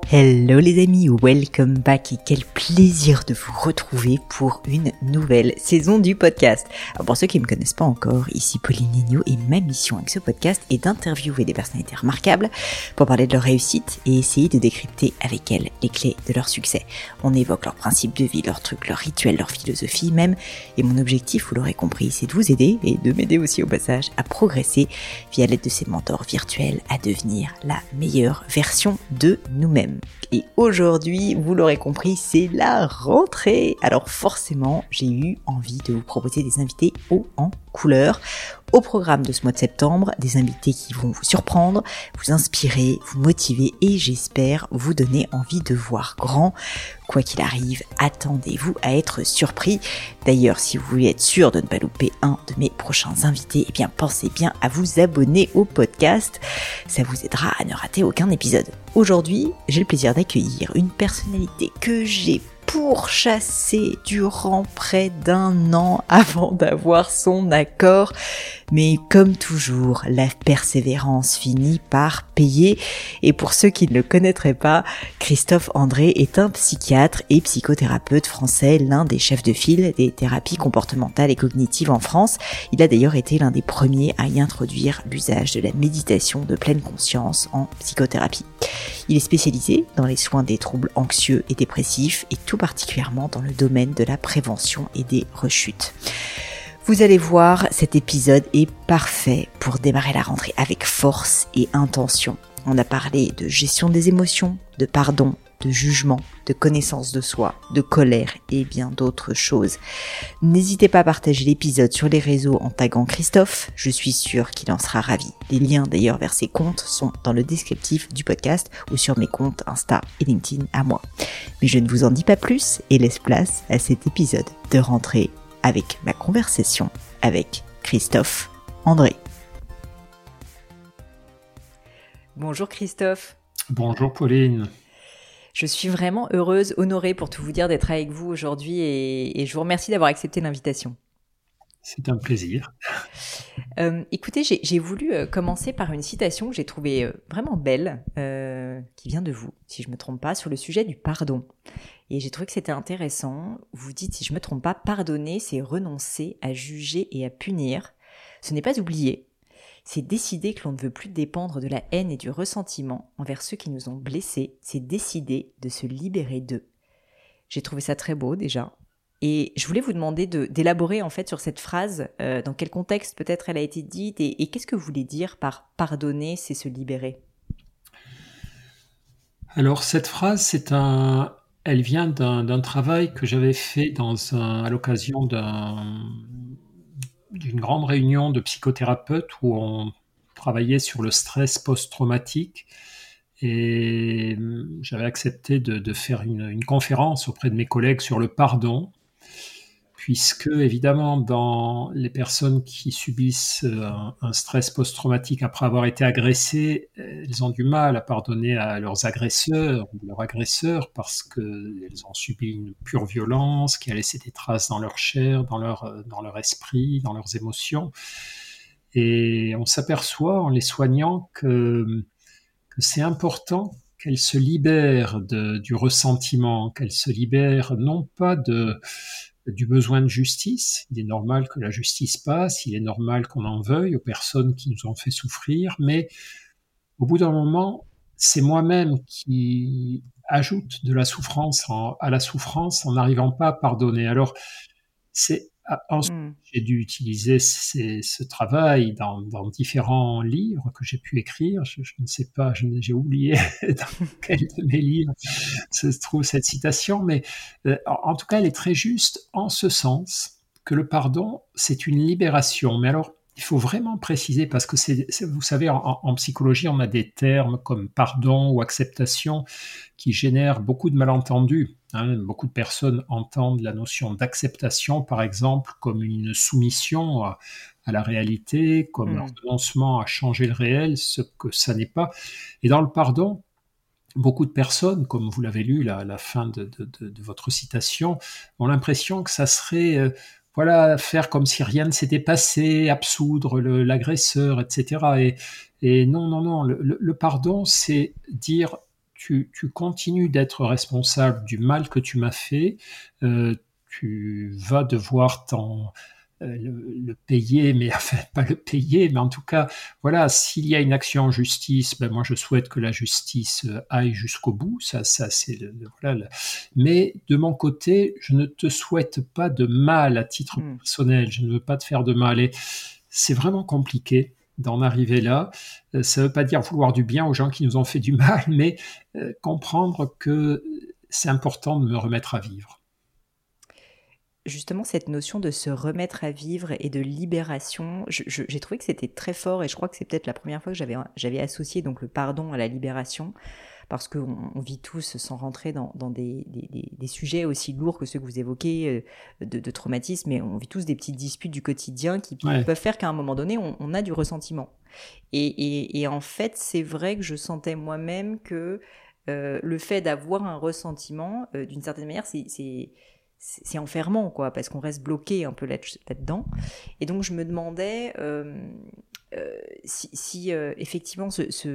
Hello les amis, welcome back et quel plaisir de vous retrouver pour une nouvelle saison du podcast. Alors pour ceux qui ne me connaissent pas encore, ici Pauline Léniaud et ma mission avec ce podcast est d'interviewer des personnalités remarquables pour parler de leur réussite et essayer de décrypter avec elles les clés de leur succès. On évoque leurs principes de vie, leurs trucs, leurs rituels, leur philosophie même, et mon objectif, vous l'aurez compris, c'est de vous aider et de m'aider aussi au passage à progresser via l'aide de ces mentors virtuels à devenir la meilleure version de nous-mêmes. Et aujourd'hui, vous l'aurez compris, c'est la rentrée. Alors forcément, j'ai eu envie de vous proposer des invités hauts en couleur. Au programme de ce mois de septembre, des invités qui vont vous surprendre, vous inspirer, vous motiver et j'espère vous donner envie de voir grand. Quoi qu'il arrive, attendez-vous à être surpris. D'ailleurs, si vous voulez être sûr de ne pas louper un de mes prochains invités, eh bien pensez bien à vous abonner au podcast. Ça vous aidera à ne rater aucun épisode. Aujourd'hui, j'ai le plaisir d'accueillir une personnalité que j'ai pourchassée durant près d'1 an avant d'avoir son accord. Mais comme toujours, la persévérance finit par payer. Et pour ceux qui ne le connaîtraient pas, Christophe André est un psychiatre et psychothérapeute français, l'un des chefs de file des thérapies comportementales et cognitives en France. Il a d'ailleurs été l'un des premiers à y introduire l'usage de la méditation de pleine conscience en psychothérapie. Il est spécialisé dans les soins des troubles anxieux et dépressifs et tout particulièrement dans le domaine de la prévention et des rechutes. Vous allez voir, cet épisode est parfait pour démarrer la rentrée avec force et intention. On a parlé de gestion des émotions, de pardon, de jugement, de connaissance de soi, de colère et bien d'autres choses. N'hésitez pas à partager l'épisode sur les réseaux en taguant Christophe, je suis sûre qu'il en sera ravi. Les liens d'ailleurs vers ses comptes sont dans le descriptif du podcast ou sur mes comptes Insta et LinkedIn à moi. Mais je ne vous en dis pas plus et laisse place à cet épisode de rentrée avec ma conversation avec Christophe André. Bonjour Christophe. Bonjour Pauline. Je suis vraiment heureuse, honorée pour tout vous dire d'être avec vous aujourd'hui et je vous remercie d'avoir accepté l'invitation. C'est un plaisir. Écoutez, j'ai voulu commencer par une citation que j'ai trouvée vraiment belle, qui vient de vous, si je ne me trompe pas, sur le sujet du pardon. Et j'ai trouvé que c'était intéressant. Vous dites, si je ne me trompe pas, pardonner, c'est renoncer à juger et à punir. Ce n'est pas oublier. C'est décider que l'on ne veut plus dépendre de la haine et du ressentiment envers ceux qui nous ont blessés. C'est décider de se libérer d'eux. J'ai trouvé ça très beau déjà. Et je voulais vous demander d'élaborer en fait sur cette phrase, dans quel contexte peut-être elle a été dite et qu'est-ce que vous voulez dire par pardonner, c'est se libérer ? Alors cette phrase, elle vient d'un travail que j'avais fait à l'occasion d'une grande réunion de psychothérapeutes où on travaillait sur le stress post-traumatique et j'avais accepté de faire une conférence auprès de mes collègues sur le pardon. Puisque, évidemment, dans les personnes qui subissent un stress post-traumatique après avoir été agressées, elles ont du mal à pardonner à leurs agresseurs ou leurs agresseurs parce qu'elles ont subi une pure violence qui a laissé des traces dans leur chair, dans leur esprit, dans leurs émotions. Et on s'aperçoit en les soignant que c'est important qu'elles se libèrent du ressentiment, qu'elles se libèrent non pas du besoin de justice. Il est normal que la justice passe, il est normal qu'on en veuille aux personnes qui nous ont fait souffrir, mais au bout d'un moment, c'est moi-même qui ajoute de la souffrance à la souffrance en n'arrivant pas à pardonner. Alors, ensuite, j'ai dû utiliser ce travail dans différents livres que j'ai pu écrire. Je ne sais pas, j'ai oublié dans quel de mes livres se trouve cette citation, mais en tout cas, elle est très juste en ce sens que le pardon, c'est une libération. Mais alors, il faut vraiment préciser parce que vous savez, en psychologie, on a des termes comme pardon ou acceptation qui génèrent beaucoup de malentendus. Beaucoup de personnes entendent la notion d'acceptation, par exemple, comme une soumission à la réalité, comme un renoncement à changer le réel, ce que ça n'est pas. Et dans le pardon, beaucoup de personnes, comme vous l'avez lu à la fin de votre citation, ont l'impression que ça serait faire comme si rien ne s'était passé, absoudre l'agresseur, etc. Et non, le pardon, c'est dire tu continues d'être responsable du mal que tu m'as fait, tu vas devoir le payer, mais enfin pas le payer, mais en tout cas, voilà, s'il y a une action en justice, ben moi je souhaite que la justice aille jusqu'au bout, ça c'est voilà. Mais de mon côté, je ne te souhaite pas de mal à titre personnel, je ne veux pas te faire de mal, et c'est vraiment compliqué d'en arriver là. Ça ne veut pas dire vouloir du bien aux gens qui nous ont fait du mal, mais comprendre que c'est important de me remettre à vivre. Justement, cette notion de se remettre à vivre et de libération, j'ai trouvé que c'était très fort, et je crois que c'est peut-être la première fois que j'avais associé donc le pardon à la libération, parce qu'on vit tous, sans rentrer dans des sujets aussi lourds que ceux que vous évoquez, de traumatisme, mais on vit tous des petites disputes du quotidien qui peuvent faire qu'à un moment donné, on a du ressentiment. Et en fait, c'est vrai que je sentais moi-même que le fait d'avoir un ressentiment, d'une certaine manière, c'est enfermant, quoi, parce qu'on reste bloqué un peu là-dedans. Et donc je me demandais si effectivement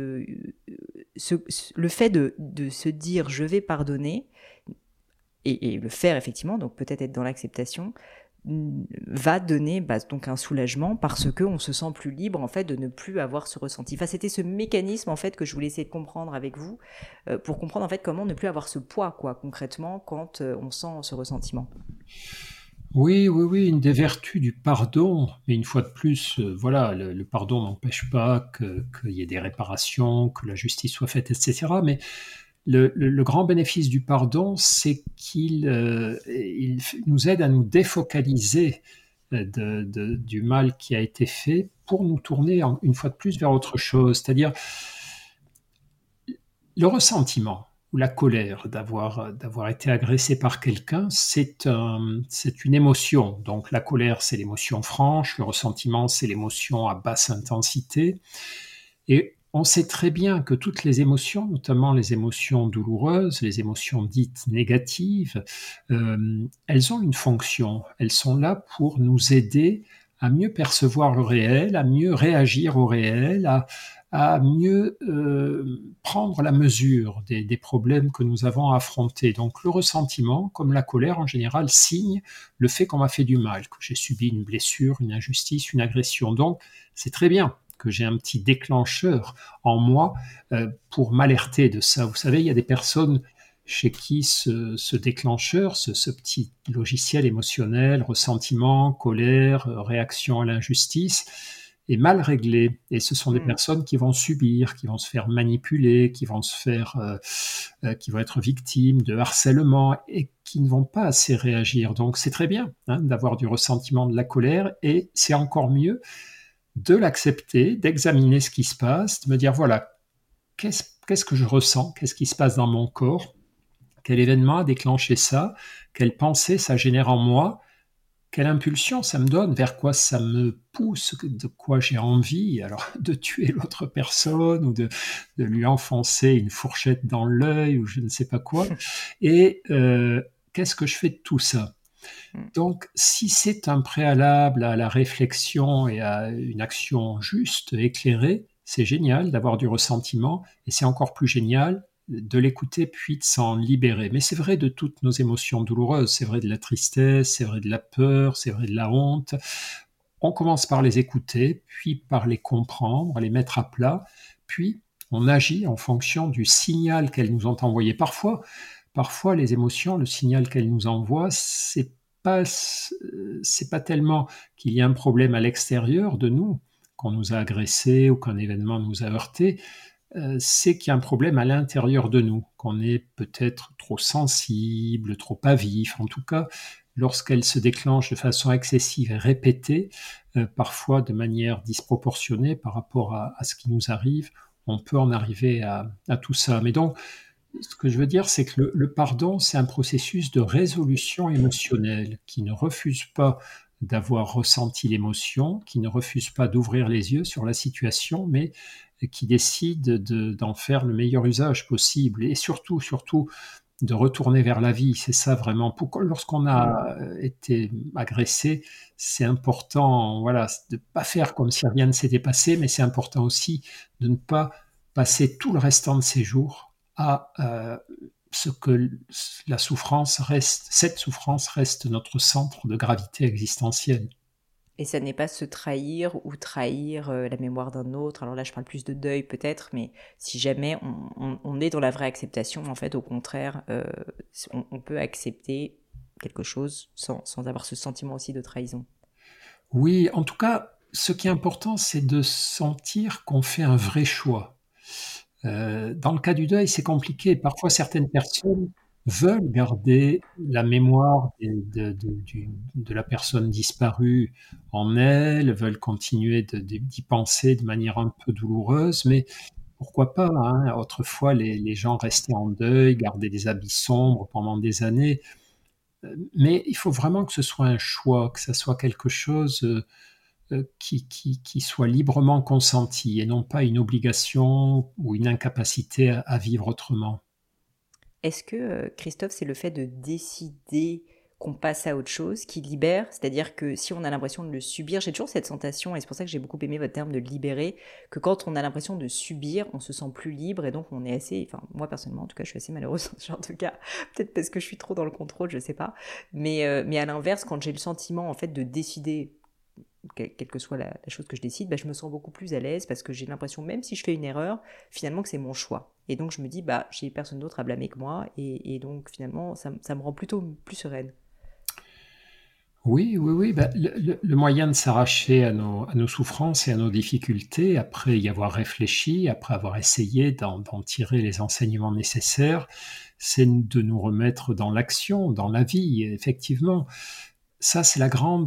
le fait de se dire je vais pardonner, et le faire effectivement, donc peut-être être dans l'acceptation, va donner donc un soulagement, parce qu'on se sent plus libre en fait de ne plus avoir ce ressenti. Enfin, c'était ce mécanisme en fait que je voulais essayer de comprendre avec vous, pour comprendre en fait comment ne plus avoir ce poids, quoi, concrètement, quand on sent ce ressentiment. Oui, une des vertus du pardon, mais une fois de plus, voilà, le pardon n'empêche pas qu'il y ait des réparations, que la justice soit faite, etc. Mais le grand bénéfice du pardon, c'est qu'il il nous aide à nous défocaliser du mal qui a été fait, pour nous tourner une fois de plus vers autre chose. C'est-à-dire le ressentiment ou la colère d'avoir été agressé par quelqu'un, c'est une émotion. Donc la colère, c'est l'émotion franche, le ressentiment, c'est l'émotion à basse intensité. Et on sait très bien que toutes les émotions, notamment les émotions douloureuses, les émotions dites négatives, elles ont une fonction. Elles sont là pour nous aider à mieux percevoir le réel, à mieux réagir au réel, à mieux prendre la mesure des problèmes que nous avons à affronter. Donc le ressentiment, comme la colère en général, signe le fait qu'on m'a fait du mal, que j'ai subi une blessure, une injustice, une agression. Donc c'est très bien que j'ai un petit déclencheur en moi pour m'alerter de ça. Vous savez, il y a des personnes chez qui ce déclencheur, ce petit logiciel émotionnel, ressentiment, colère, réaction à l'injustice, est mal réglé. Et ce sont des personnes qui vont subir, qui vont se faire manipuler, qui vont être victimes de harcèlement, et qui ne vont pas assez réagir. Donc c'est très bien d'avoir du ressentiment, de la colère, et c'est encore mieux de l'accepter, d'examiner ce qui se passe, de me dire voilà, qu'est-ce que je ressens, qu'est-ce qui se passe dans mon corps, quel événement a déclenché ça, quelle pensée ça génère en moi, quelle impulsion ça me donne, vers quoi ça me pousse, de quoi j'ai envie, alors de tuer l'autre personne, ou de lui enfoncer une fourchette dans l'œil, ou je ne sais pas quoi, et qu'est-ce que je fais de tout ça? Donc, si c'est un préalable à la réflexion et à une action juste, éclairée, c'est génial d'avoir du ressentiment, et c'est encore plus génial de l'écouter puis de s'en libérer. Mais c'est vrai de toutes nos émotions douloureuses, c'est vrai de la tristesse, c'est vrai de la peur, c'est vrai de la honte. On commence par les écouter, puis par les comprendre, les mettre à plat, puis on agit en fonction du signal qu'elles nous ont envoyé. Parfois, les émotions, le signal qu'elles nous envoient, c'est pas tellement qu'il y a un problème à l'extérieur de nous, qu'on nous a agressé ou qu'un événement nous a heurté, c'est qu'il y a un problème à l'intérieur de nous, qu'on est peut-être trop sensible, trop pas vif. En tout cas, lorsqu'elle se déclenche de façon excessive et répétée, parfois de manière disproportionnée par rapport à ce qui nous arrive, on peut en arriver à tout ça. Mais donc, ce que je veux dire, c'est que le pardon, c'est un processus de résolution émotionnelle qui ne refuse pas d'avoir ressenti l'émotion, qui ne refuse pas d'ouvrir les yeux sur la situation, mais qui décide d'en faire le meilleur usage possible, et surtout de retourner vers la vie. C'est ça vraiment. Lorsqu'on a été agressé, c'est important, voilà, de ne pas faire comme si rien ne s'était passé, mais c'est important aussi de ne pas passer tout le restant de ses jours à ce que cette souffrance reste notre centre de gravité existentielle. Et ça n'est pas se trahir ou trahir la mémoire d'un autre. Alors là, je parle plus de deuil peut-être, mais si jamais on est dans la vraie acceptation, en fait, au contraire, on peut accepter quelque chose sans avoir ce sentiment aussi de trahison. Oui, en tout cas, ce qui est important, c'est de sentir qu'on fait un vrai choix. Dans le cas du deuil, c'est compliqué. Parfois, certaines personnes veulent garder la mémoire de la personne disparue en elles, veulent continuer d'y penser de manière un peu douloureuse, mais pourquoi pas, hein. Autrefois, les gens restaient en deuil, gardaient des habits sombres pendant des années, mais il faut vraiment que ce soit un choix, que ça soit quelque chose qui soit librement consenti et non pas une obligation ou une incapacité à vivre autrement. Est-ce que, Christophe, c'est le fait de décider qu'on passe à autre chose qui libère? C'est-à-dire que si on a l'impression de le subir, j'ai toujours cette sensation, et c'est pour ça que j'ai beaucoup aimé votre terme de libérer, que quand on a l'impression de subir, on se sent plus libre, et donc on est assez, enfin moi personnellement en tout cas, je suis assez malheureuse dans ce genre de cas, peut-être parce que je suis trop dans le contrôle, je sais pas, mais à l'inverse, quand j'ai le sentiment en fait de décider quelle que soit la chose que je décide, bah, je me sens beaucoup plus à l'aise parce que j'ai l'impression, même si je fais une erreur, finalement que c'est mon choix. Et donc je me dis, bah, j'ai personne d'autre à blâmer que moi, et donc finalement, ça me rend plutôt plus sereine. Oui, oui, oui. Ben, le moyen de s'arracher à nos souffrances et à nos difficultés, après y avoir réfléchi, après avoir essayé d'en tirer les enseignements nécessaires, c'est de nous remettre dans l'action, dans la vie, effectivement. Ça, c'est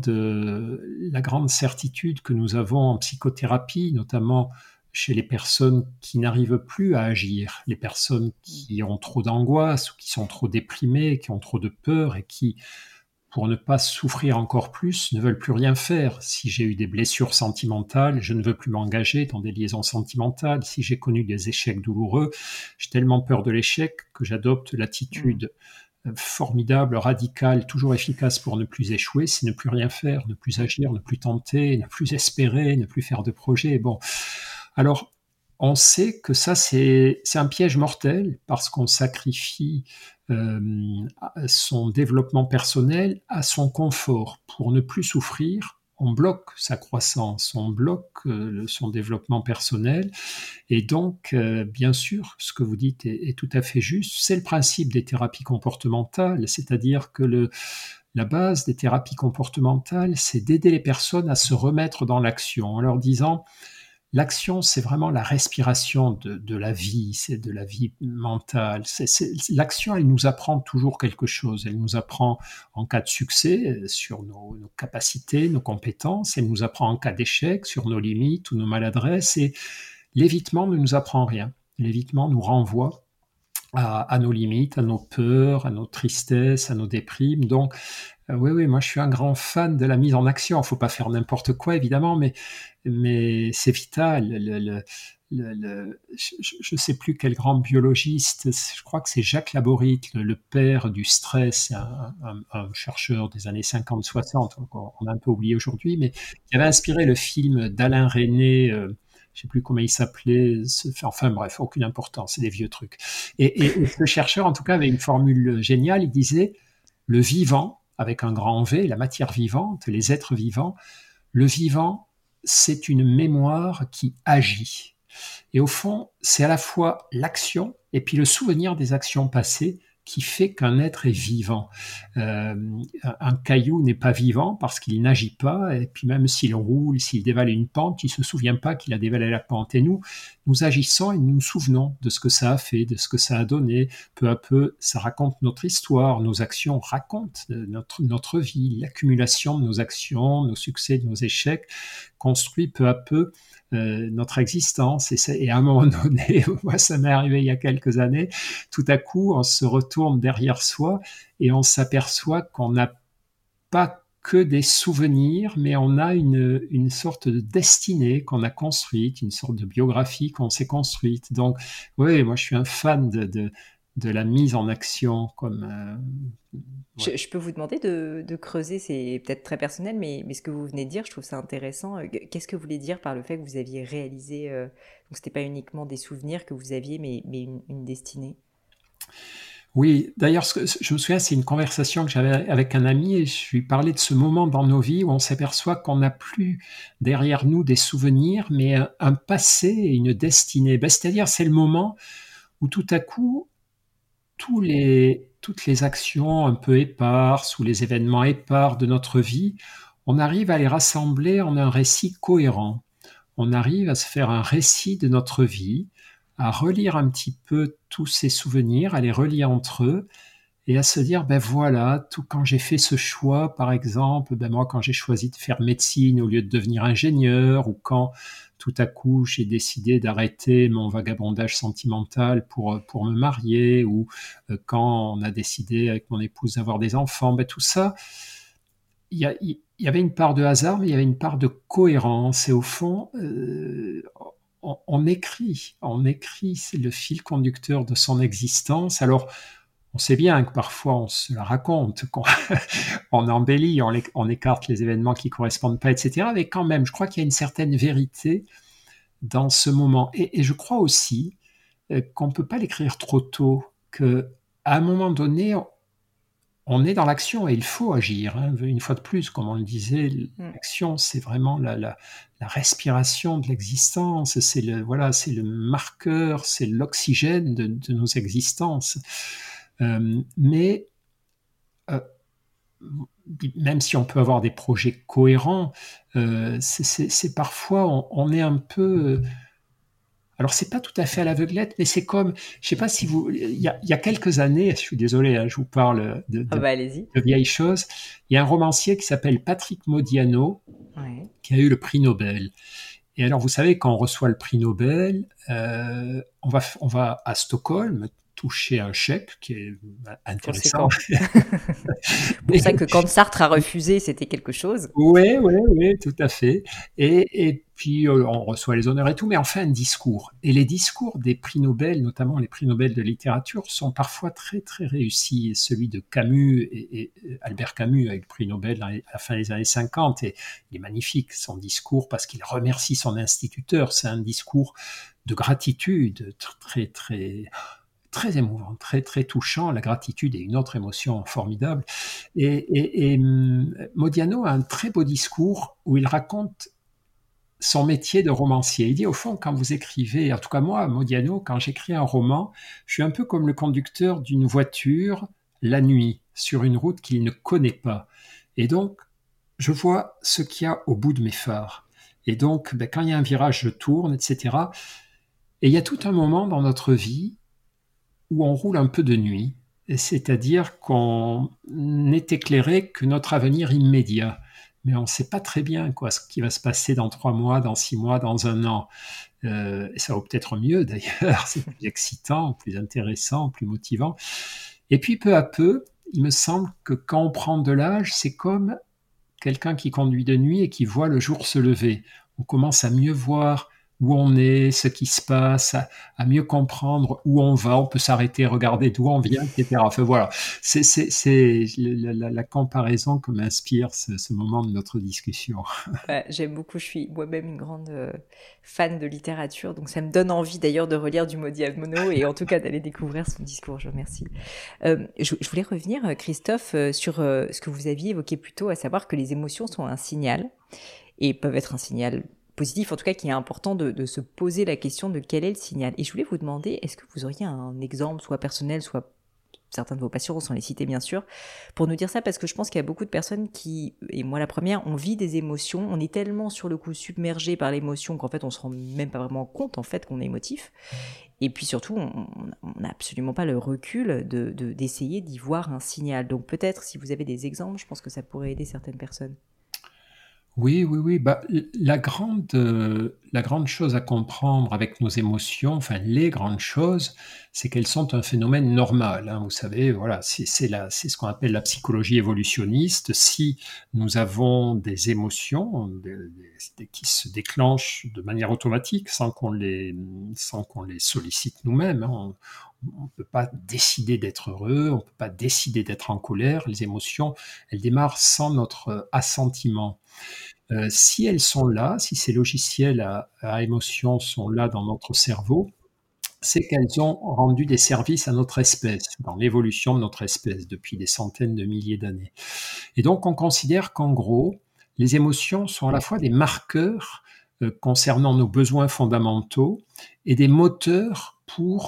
la grande certitude que nous avons en psychothérapie, notamment chez les personnes qui n'arrivent plus à agir, les personnes qui ont trop d'angoisse ou qui sont trop déprimées, qui ont trop de peur et qui, pour ne pas souffrir encore plus, ne veulent plus rien faire. Si j'ai eu des blessures sentimentales, je ne veux plus m'engager dans des liaisons sentimentales. Si j'ai connu des échecs douloureux, j'ai tellement peur de l'échec que j'adopte Mm. l'attitude formidable, radicale, toujours efficace pour ne plus échouer, c'est ne plus rien faire, ne plus agir, ne plus tenter, ne plus espérer, ne plus faire de projet. Bon, alors on sait que ça c'est un piège mortel parce qu'on sacrifie euh, son développement personnel à son confort pour ne plus souffrir. On bloque sa croissance, on bloque son développement personnel. Et donc, bien sûr, ce que vous dites est tout à fait juste. C'est le principe des thérapies comportementales, c'est-à-dire que la base des thérapies comportementales, c'est d'aider les personnes à se remettre dans l'action en leur disant, l'action, c'est vraiment la respiration de la vie, c'est de la vie mentale. L'action, elle nous apprend toujours quelque chose. Elle nous apprend en cas de succès sur nos capacités, nos compétences. Elle nous apprend en cas d'échec sur nos limites ou nos maladresses. Et l'évitement ne nous apprend rien. L'évitement nous renvoie à nos limites, à nos peurs, à nos tristesses, à nos déprimes. Donc, oui, oui, moi je suis un grand fan de la mise en action. Il ne faut pas faire n'importe quoi, évidemment, mais c'est vital. Je ne sais plus quel grand biologiste, je crois que c'est Jacques Laborit, le père du stress, un chercheur des années 50-60, on a un peu oublié aujourd'hui, mais qui avait inspiré le film d'Alain Resnais, je ne sais plus comment il s'appelait, enfin bref, aucune importance, c'est des vieux trucs. Et ce chercheur, en tout cas, avait une formule géniale, il disait, le vivant, avec un grand V, la matière vivante, les êtres vivants, le vivant, c'est une mémoire qui agit. Et au fond, c'est à la fois l'action et puis le souvenir des actions passées qui fait qu'un être est vivant. Euh, un caillou n'est pas vivant parce qu'il n'agit pas, et puis même s'il roule, s'il dévale une pente, il ne se souvient pas qu'il a dévalé la pente. Et nous agissons et nous nous souvenons de ce que ça a fait, de ce que ça a donné. Peu à peu, ça raconte notre histoire, nos actions racontent notre vie, l'accumulation de nos actions, nos succès, de nos échecs, construit peu à peu notre existence. Et à un moment donné, moi ça m'est arrivé il y a quelques années, tout à coup on se retourne derrière soi et on s'aperçoit qu'on n'a pas que des souvenirs, mais on a une sorte de destinée qu'on a construite, une sorte de biographie qu'on s'est construite. Donc oui, moi je suis un fan de la mise en action. Ouais. Je peux vous demander de creuser, c'est peut-être très personnel, mais ce que vous venez de dire, je trouve ça intéressant. Qu'est-ce que vous voulez dire par le fait que vous aviez réalisé, donc c'était pas uniquement des souvenirs que vous aviez, mais une destinée? Oui, d'ailleurs, je me souviens, c'est une conversation que j'avais avec un ami et je lui parlais de ce moment dans nos vies où on s'aperçoit qu'on n'a plus derrière nous des souvenirs, mais un passé et une destinée. C'est-à-dire, c'est le moment où tout à coup, toutes les actions un peu éparses ou les événements épars de notre vie, on arrive à les rassembler en un récit cohérent. On arrive à se faire un récit de notre vie, à relire un petit peu tous ces souvenirs, à les relier entre eux et à se dire, ben voilà, tout quand j'ai fait ce choix, par exemple, ben moi quand j'ai choisi de faire médecine au lieu de devenir ingénieur, ou quand tout à coup j'ai décidé d'arrêter mon vagabondage sentimental pour me marier, ou quand on a décidé avec mon épouse d'avoir des enfants, ben tout ça, il y avait une part de hasard, mais il y avait une part de cohérence, et au fond, on écrit, c'est le fil conducteur de son existence. Alors, on sait bien que parfois on se la raconte, qu'on on embellit, on écarte les événements qui correspondent pas, etc. Mais quand même, je crois qu'il y a une certaine vérité dans ce moment. Et je crois aussi qu'on ne peut pas l'écrire trop tôt, qu'à un moment donné, on est dans l'action et il faut agir. Hein. Une fois de plus, comme on le disait, l'action, c'est vraiment la respiration de l'existence, voilà, c'est le marqueur, c'est l'oxygène de nos existences. Mais même si on peut avoir des projets cohérents, c'est parfois on est un peu. Alors c'est pas tout à fait à l'aveuglette, mais c'est comme, je sais pas si vous, il y a quelques années, je suis désolé, hein, je vous parle Ah bah allez-y. de vieilles choses. Il y a un romancier qui s'appelle Patrick Modiano, Ouais. qui a eu le prix Nobel. Et alors, vous savez, quand on reçoit le prix Nobel, on va à Stockholm toucher un chèque qui est intéressant. Pour ça que quand Sartre a refusé, c'était quelque chose. Oui, oui, oui, tout à fait. Et puis, on reçoit les honneurs et tout, mais on fait un discours. Et les discours des prix Nobel, notamment les prix Nobel de littérature, sont parfois très, très réussis. Et celui de Camus, et Albert Camus a eu le prix Nobel à la fin des années 50, et il est magnifique, son discours, parce qu'il remercie son instituteur. C'est un discours de gratitude, très, très très émouvant, très, très touchant. La gratitude est une autre émotion formidable. Et Modiano a un très beau discours où il raconte son métier de romancier. Il dit, au fond, quand vous écrivez, en tout cas moi, Modiano, quand j'écris un roman, je suis un peu comme le conducteur d'une voiture la nuit, sur une route qu'il ne connaît pas. Et donc, je vois ce qu'il y a au bout de mes phares. Et donc, quand il y a un virage, je tourne, etc. Et il y a tout un moment dans notre vie où on roule un peu de nuit, c'est-à-dire qu'on n'est éclairé que notre avenir immédiat. Mais on ne sait pas très bien ce qui va se passer dans 3 mois, dans 6 mois, dans 1 an. Et ça va peut-être mieux d'ailleurs, c'est plus excitant, plus intéressant, plus motivant. Et puis peu à peu, il me semble que quand on prend de l'âge, c'est comme quelqu'un qui conduit de nuit et qui voit le jour se lever. On commence à mieux voir où on est, ce qui se passe, à mieux comprendre où on va, on peut s'arrêter, regarder d'où on vient, etc. Enfin voilà, c'est la comparaison que m'inspire ce moment de notre discussion. Ouais, j'aime beaucoup, je suis moi-même une grande fan de littérature, donc ça me donne envie d'ailleurs de relire du Modiano et en tout cas d'aller découvrir son discours, je vous remercie. Je voulais revenir, Christophe, sur ce que vous aviez évoqué plus tôt, à savoir que les émotions sont un signal et peuvent être un signal positif, en tout cas qu'il est important de se poser la question de quel est le signal. Et je voulais vous demander, est-ce que vous auriez un exemple, soit personnel, soit certains de vos patients, sans les citer bien sûr, pour nous dire ça, parce que je pense qu'il y a beaucoup de personnes qui, et moi la première, on vit des émotions, on est tellement sur le coup submergé par l'émotion qu'en fait on se rend même pas vraiment compte en fait qu'on est émotif, et puis surtout on n'a absolument pas le recul d'essayer d'y voir un signal. Donc peut-être si vous avez des exemples, je pense que ça pourrait aider certaines personnes. Oui, oui, oui. La la grande chose à comprendre avec nos émotions, enfin les grandes choses, c'est qu'elles sont un phénomène normal, hein. Vous savez, voilà, c'est ce qu'on appelle la psychologie évolutionniste. Si nous avons des émotions qui se déclenchent de manière automatique sans qu'on les sollicite nous-mêmes, hein, on ne peut pas décider d'être heureux, on ne peut pas décider d'être en colère. Les émotions, elles démarrent sans notre assentiment. Si elles sont là, si ces logiciels à émotions sont là dans notre cerveau, c'est qu'elles ont rendu des services à notre espèce, dans l'évolution de notre espèce depuis des centaines de milliers d'années. Et donc on considère qu'en gros, les émotions sont à la fois des marqueurs concernant nos besoins fondamentaux et des moteurs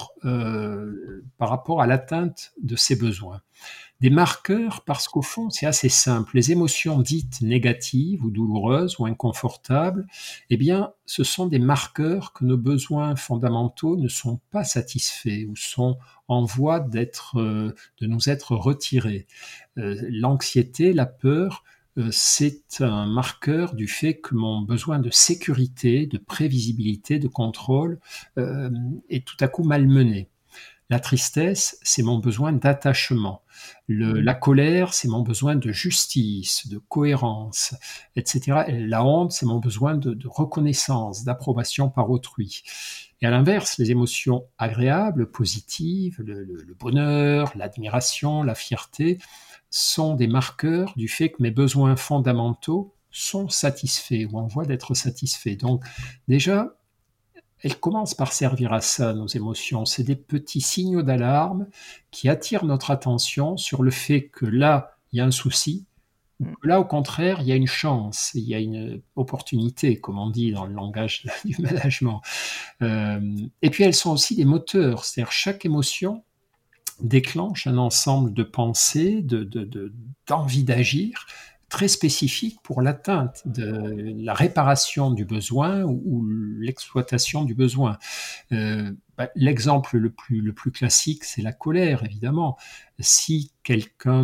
par rapport à l'atteinte de ces besoins. Des marqueurs parce qu'au fond, c'est assez simple. Les émotions dites négatives ou douloureuses ou inconfortables, eh bien, ce sont des marqueurs que nos besoins fondamentaux ne sont pas satisfaits ou sont en voie de nous être retirés. L'anxiété, la peur, c'est un marqueur du fait que mon besoin de sécurité, de prévisibilité, de contrôle est tout à coup malmené. La tristesse, c'est mon besoin d'attachement. La colère, c'est mon besoin de justice, de cohérence, etc. Et la honte, c'est mon besoin de reconnaissance, d'approbation par autrui. Et à l'inverse, les émotions agréables, positives, le bonheur, l'admiration, la fierté, sont des marqueurs du fait que mes besoins fondamentaux sont satisfaits ou en voie d'être satisfaits. Donc déjà, elles commencent par servir à ça, nos émotions. C'est des petits signaux d'alarme qui attirent notre attention sur le fait que là, il y a un souci, ou que là, au contraire, il y a une chance, il y a une opportunité, comme on dit dans le langage du management. Et puis, elles sont aussi des moteurs, c'est-à-dire chaque émotion déclenche un ensemble de pensées, d'envie d'agir, très spécifique pour l'atteinte de la réparation du besoin ou l'exploitation du besoin. L'exemple le plus classique, c'est la colère, évidemment. Si quelqu'un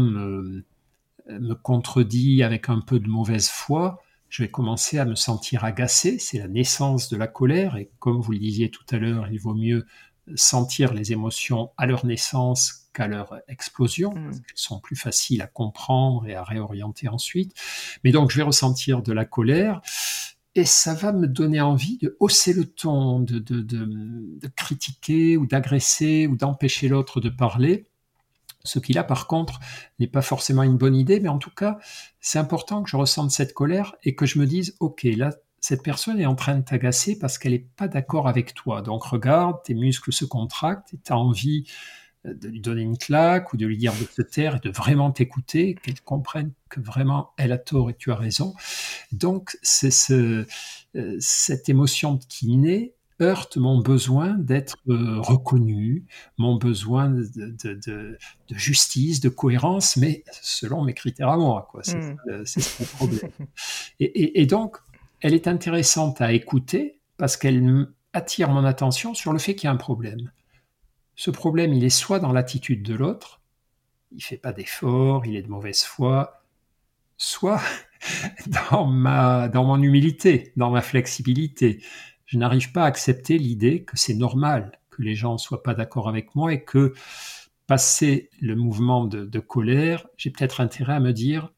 me contredit avec un peu de mauvaise foi, je vais commencer à me sentir agacé. C'est la naissance de la colère. Et comme vous le disiez tout à l'heure, il vaut mieux sentir les émotions à leur naissance qu'à leur explosion, parce qu'elles sont plus faciles à comprendre et à réorienter ensuite. Mais donc, je vais ressentir de la colère et ça va me donner envie de hausser le ton, de critiquer ou d'agresser ou d'empêcher l'autre de parler. Ce qui là, par contre, n'est pas forcément une bonne idée, mais en tout cas, c'est important que je ressente cette colère et que je me dise, ok, là, cette personne est en train de t'agacer parce qu'elle n'est pas d'accord avec toi. Donc regarde, tes muscles se contractent et tu as envie de lui donner une claque ou de lui dire de se taire et de vraiment t'écouter, qu'elle comprenne que vraiment elle a tort et tu as raison. Donc c'est cette émotion qui naît heurte mon besoin d'être reconnu, mon besoin de justice, de cohérence, mais selon mes critères à moi, quoi. C'est ça le problème. Et donc, elle est intéressante à écouter parce qu'elle attire mon attention sur le fait qu'il y a un problème. Ce problème, il est soit dans l'attitude de l'autre, il ne fait pas d'effort, il est de mauvaise foi, soit dans mon humilité, dans ma flexibilité. Je n'arrive pas à accepter l'idée que c'est normal que les gens ne soient pas d'accord avec moi et que, passé le mouvement de colère, j'ai peut-être intérêt à me dire,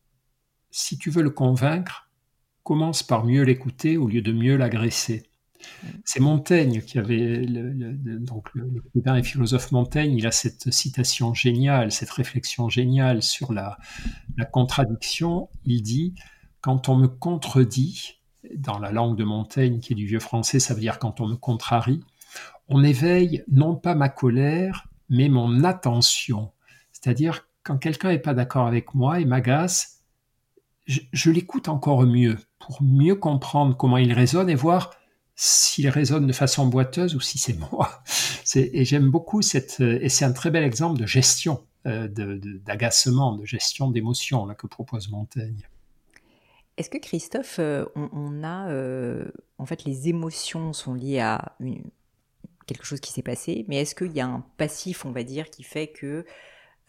si tu veux le convaincre, commence par mieux l'écouter au lieu de mieux l'agresser. C'est Montaigne qui avait, donc l'écrivain et philosophe Montaigne, il a cette citation géniale, cette réflexion géniale sur la contradiction. Il dit, quand on me contredit, dans la langue de Montaigne qui est du vieux français, ça veut dire quand on me contrarie, on éveille non pas ma colère, mais mon attention. C'est-à-dire, quand quelqu'un n'est pas d'accord avec moi et m'agace, je l'écoute encore mieux, pour mieux comprendre comment il raisonne et voir s'il raisonne de façon boiteuse ou si c'est moi. Et j'aime beaucoup et c'est un très bel exemple de gestion, d'agacement, de gestion d'émotions là, que propose Montaigne. Est-ce que Christophe, on a, en fait, les émotions sont liées à quelque chose qui s'est passé, mais est-ce qu'il y a un passif, on va dire, qui fait que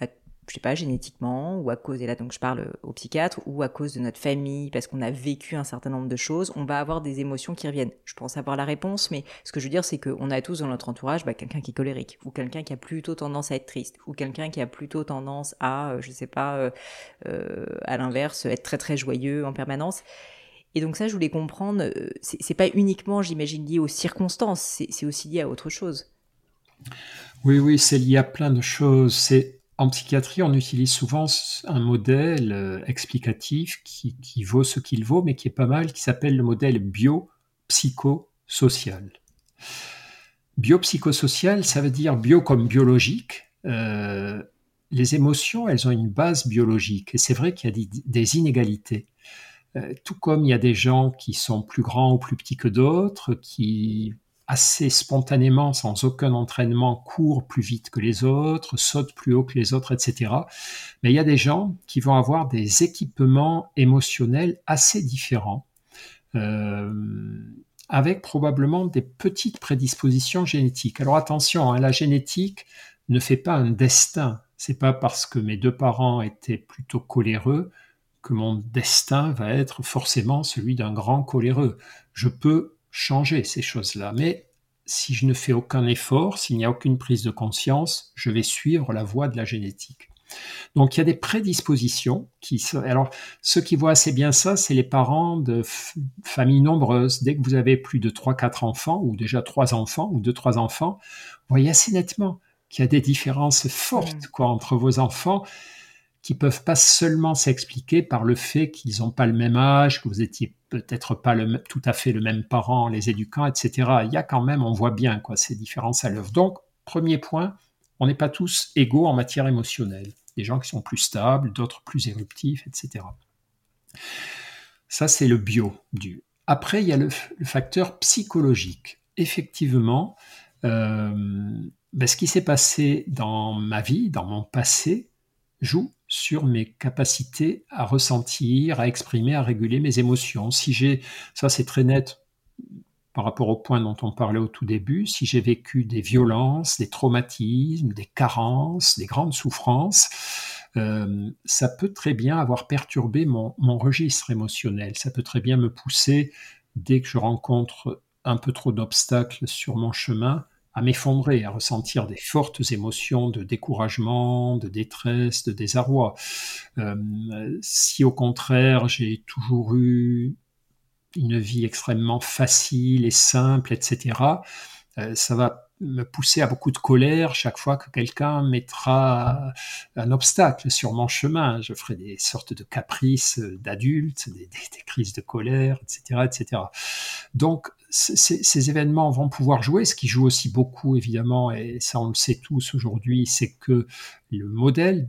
je sais pas, génétiquement, ou à cause, et là donc je parle au psychiatre, ou à cause de notre famille, parce qu'on a vécu un certain nombre de choses, on va avoir des émotions qui reviennent. Je pense avoir la réponse, mais ce que je veux dire, c'est qu'on a tous dans notre entourage quelqu'un qui est colérique, ou quelqu'un qui a plutôt tendance à être triste, ou quelqu'un qui a plutôt tendance à, je sais pas, à l'inverse, être très très joyeux en permanence. Et donc ça, je voulais comprendre, c'est pas uniquement, j'imagine, lié aux circonstances, c'est aussi lié à autre chose. Oui, c'est lié à plein de choses. En psychiatrie, on utilise souvent un modèle explicatif qui vaut ce qu'il vaut, mais qui est pas mal, qui s'appelle le modèle biopsychosocial. Biopsychosocial, ça veut dire bio comme biologique. Les émotions, elles ont une base biologique. Et c'est vrai qu'il y a des inégalités. Tout comme il y a des gens qui sont plus grands ou plus petits que d'autres, qui assez spontanément, sans aucun entraînement, courent plus vite que les autres, sautent plus haut que les autres, etc. Mais il y a des gens qui vont avoir des équipements émotionnels assez différents, avec probablement des petites prédispositions génétiques. Alors attention, la génétique ne fait pas un destin. C'est pas parce que mes deux parents étaient plutôt coléreux que mon destin va être forcément celui d'un grand coléreux. Je peux changer ces choses-là, mais si je ne fais aucun effort, s'il n'y a aucune prise de conscience, je vais suivre la voie de la génétique. Donc il y a des prédispositions alors ceux qui voient assez bien ça, c'est les parents de familles nombreuses. Dès que vous avez plus de 3-4 enfants, ou déjà 3 enfants, ou 2-3 enfants, vous voyez assez nettement qu'il y a des différences fortes entre vos enfants, qui peuvent pas seulement s'expliquer par le fait qu'ils n'ont pas le même âge, que vous étiez peut-être pas tout à fait le même parent en les éduquant, etc. Il y a quand même, on voit bien ces différences à l'œuvre. Donc, premier point, on n'est pas tous égaux en matière émotionnelle. Des gens qui sont plus stables, d'autres plus éruptifs, etc. Ça, c'est le bio. Après, il y a le facteur psychologique. Effectivement, ce qui s'est passé dans ma vie, dans mon passé, joue sur mes capacités à ressentir, à exprimer, à réguler mes émotions. Ça c'est très net par rapport au point dont on parlait au tout début, si j'ai vécu des violences, des traumatismes, des carences, des grandes souffrances, ça peut très bien avoir perturbé mon registre émotionnel. Ça peut très bien me pousser, dès que je rencontre un peu trop d'obstacles sur mon chemin, à m'effondrer, à ressentir des fortes émotions de découragement, de détresse, de désarroi. Si au contraire, j'ai toujours eu une vie extrêmement facile et simple, etc., ça va me pousser à beaucoup de colère chaque fois que quelqu'un mettra un obstacle sur mon chemin. Je ferai des sortes de caprices d'adulte, des crises de colère, etc., etc. Donc, ces événements vont pouvoir jouer. Ce qui joue aussi beaucoup, évidemment, et ça on le sait tous aujourd'hui, c'est que le modèle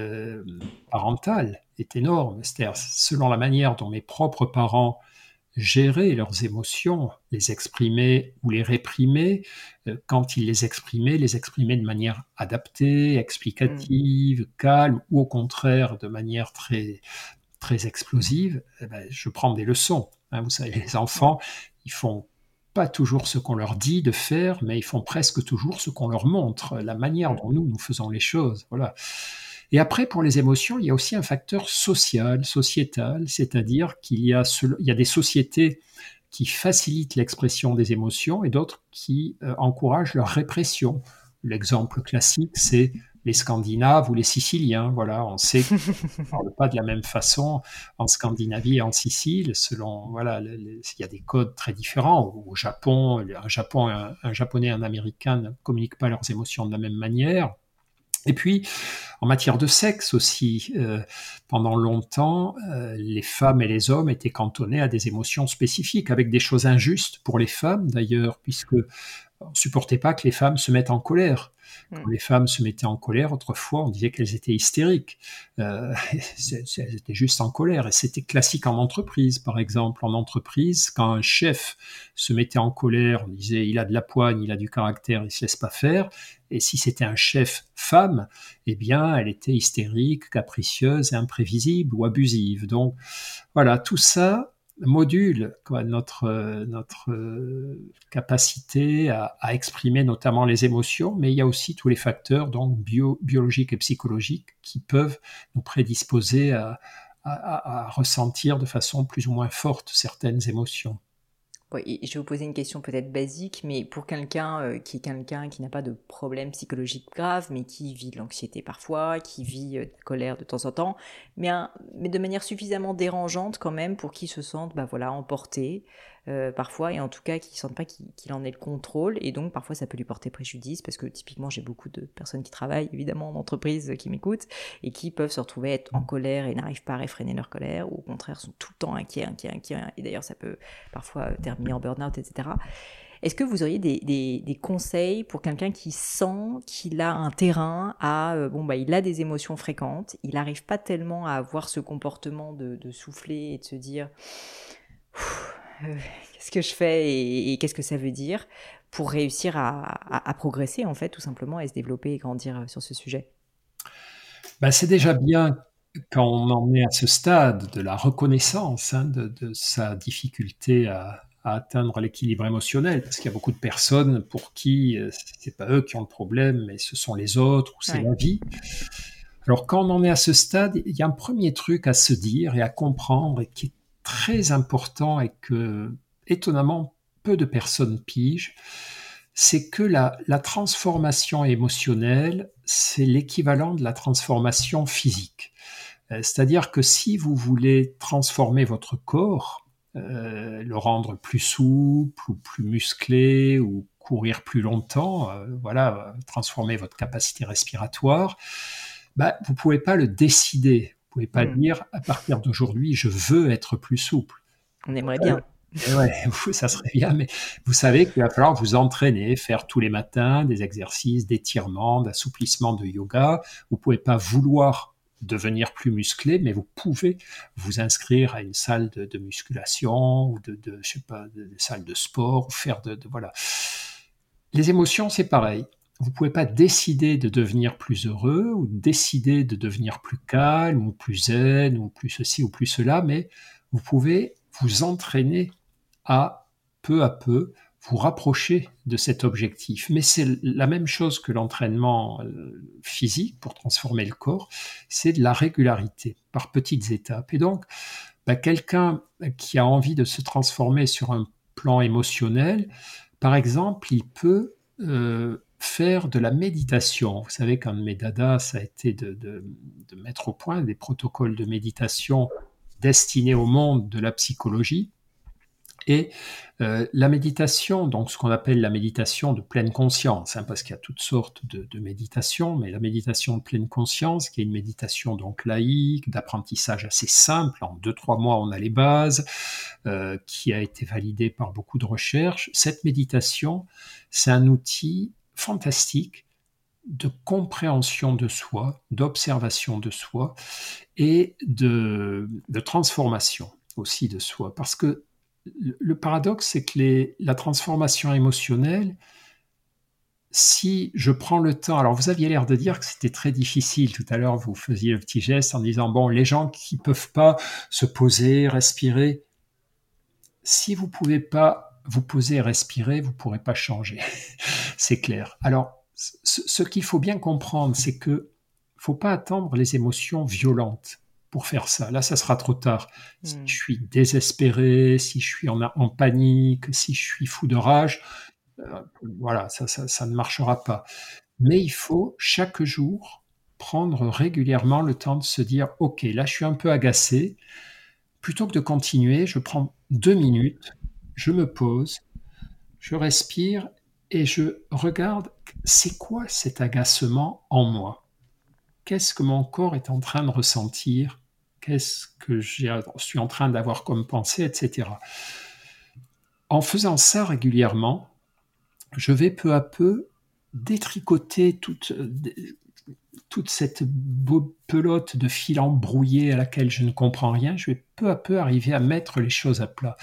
parental est énorme. C'est-à-dire, selon la manière dont mes propres parents gérer leurs émotions, les exprimer ou les réprimer. Quand ils les exprimaient de manière adaptée, explicative, calme, ou au contraire de manière très, très explosive. Je prends des leçons. Vous savez, les enfants, ils font pas toujours ce qu'on leur dit de faire, mais ils font presque toujours ce qu'on leur montre, la manière dont nous faisons les choses. Voilà. Et après, pour les émotions, il y a aussi un facteur social, sociétal, c'est-à-dire qu'il y a des sociétés qui facilitent l'expression des émotions et d'autres qui encouragent leur répression. L'exemple classique, c'est les Scandinaves ou les Siciliens. Voilà, on sait qu'on ne parle pas de la même façon en Scandinavie et en Sicile. Il y a des codes très différents. Au Japon, un Japonais et un Américain ne communiquent pas leurs émotions de la même manière. Et puis, en matière de sexe aussi, pendant longtemps, les femmes et les hommes étaient cantonnés à des émotions spécifiques, avec des choses injustes pour les femmes d'ailleurs, puisque on ne supportait pas que les femmes se mettent en colère. Quand les femmes se mettaient en colère, autrefois, on disait qu'elles étaient hystériques. Elles étaient juste en colère. Et c'était classique en entreprise, par exemple. En entreprise, quand un chef se mettait en colère, on disait il a de la poigne, il a du caractère, il ne se laisse pas faire. Et si c'était un chef femme, eh bien, elle était hystérique, capricieuse, imprévisible ou abusive. Donc, voilà, tout ça, module notre capacité à exprimer notamment les émotions, mais il y a aussi tous les facteurs donc biologiques et psychologiques qui peuvent nous prédisposer à ressentir de façon plus ou moins forte certaines émotions. Oui, je vais vous poser une question peut-être basique, mais pour quelqu'un qui n'a pas de problème psychologique grave, mais qui vit de l'anxiété parfois, qui vit de la colère de temps en temps, mais de manière suffisamment dérangeante quand même pour qu'il se sente voilà, emporté parfois, et en tout cas qu'il ne sente pas qu'il en ait le contrôle, et donc parfois ça peut lui porter préjudice, parce que typiquement j'ai beaucoup de personnes qui travaillent évidemment en entreprise qui m'écoutent, et qui peuvent se retrouver être en colère et n'arrivent pas à réfréner leur colère, ou au contraire sont tout le temps inquiets, et d'ailleurs ça peut parfois terminer en burn-out, etc. Est-ce que vous auriez des conseils pour quelqu'un qui sent qu'il a un terrain il a des émotions fréquentes, il n'arrive pas tellement à avoir ce comportement de souffler et de se dire qu'est-ce que je fais et qu'est-ce que ça veut dire, pour réussir à progresser en fait tout simplement, et se développer et grandir sur ce sujet? C'est déjà bien quand on en est à ce stade de la reconnaissance de sa difficulté à atteindre l'équilibre émotionnel, parce qu'il y a beaucoup de personnes pour qui c'est pas eux qui ont le problème, mais ce sont les autres ou c'est la vie. Alors quand on en est à ce stade, il y a un premier truc à se dire et à comprendre, et qui est très important et que étonnamment peu de personnes pigent, c'est que la transformation émotionnelle, c'est l'équivalent de la transformation physique. C'est-à-dire que si vous voulez transformer votre corps, le rendre plus souple ou plus musclé ou courir plus longtemps, transformer votre capacité respiratoire, vous ne pouvez pas le décider. Vous ne pouvez pas dire à partir d'aujourd'hui, je veux être plus souple. On aimerait bien. Ouais, ça serait bien, mais vous savez qu'il va falloir vous entraîner, faire tous les matins des exercices d'étirement, d'assouplissement, de yoga. Vous ne pouvez pas vouloir devenir plus musclé, mais vous pouvez vous inscrire à une salle de musculation ou de salle de sport, ou faire voilà. Les émotions, c'est pareil. Vous ne pouvez pas décider de devenir plus heureux ou décider de devenir plus calme ou plus zen ou plus ceci ou plus cela, mais vous pouvez vous entraîner à peu vous rapprocher de cet objectif. Mais c'est la même chose que l'entraînement physique pour transformer le corps, c'est de la régularité par petites étapes. Et donc, quelqu'un qui a envie de se transformer sur un plan émotionnel, par exemple, il peut faire de la méditation. Vous savez qu'un de mes dadas, ça a été de mettre au point des protocoles de méditation destinés au monde de la psychologie. Et la méditation, donc ce qu'on appelle la méditation de pleine conscience, parce qu'il y a toutes sortes de méditations, mais la méditation de pleine conscience, qui est une méditation donc laïque, d'apprentissage assez simple, en 2-3 mois on a les bases, qui a été validée par beaucoup de recherches. Cette méditation, c'est un outil fantastique de compréhension de soi, d'observation de soi et de transformation aussi de soi. Parce que le paradoxe, c'est que la transformation émotionnelle, si je prends le temps, alors vous aviez l'air de dire que c'était très difficile, tout à l'heure vous faisiez le petit geste en disant, bon, les gens qui ne peuvent pas se poser, respirer, si vous ne pouvez pas vous poser et respirer, vous ne pourrez pas changer, c'est clair. Alors, ce qu'il faut bien comprendre, c'est qu'il ne faut pas attendre les émotions violentes pour faire ça. Là, ça sera trop tard. Si je suis désespéré, si je suis en panique, si je suis fou de rage, voilà, ça ne marchera pas. Mais il faut chaque jour prendre régulièrement le temps de se dire, ok, là je suis un peu agacé, plutôt que de continuer, je prends 2 minutes, je me pose, je respire et je regarde, c'est quoi cet agacement en moi? Qu'est-ce que mon corps est en train de ressentir? Qu'est-ce que je suis en train d'avoir comme pensée, etc. En faisant ça régulièrement, je vais peu à peu détricoter toute cette pelote de fil embrouillé à laquelle je ne comprends rien. Je vais peu à peu arriver à mettre les choses à plat.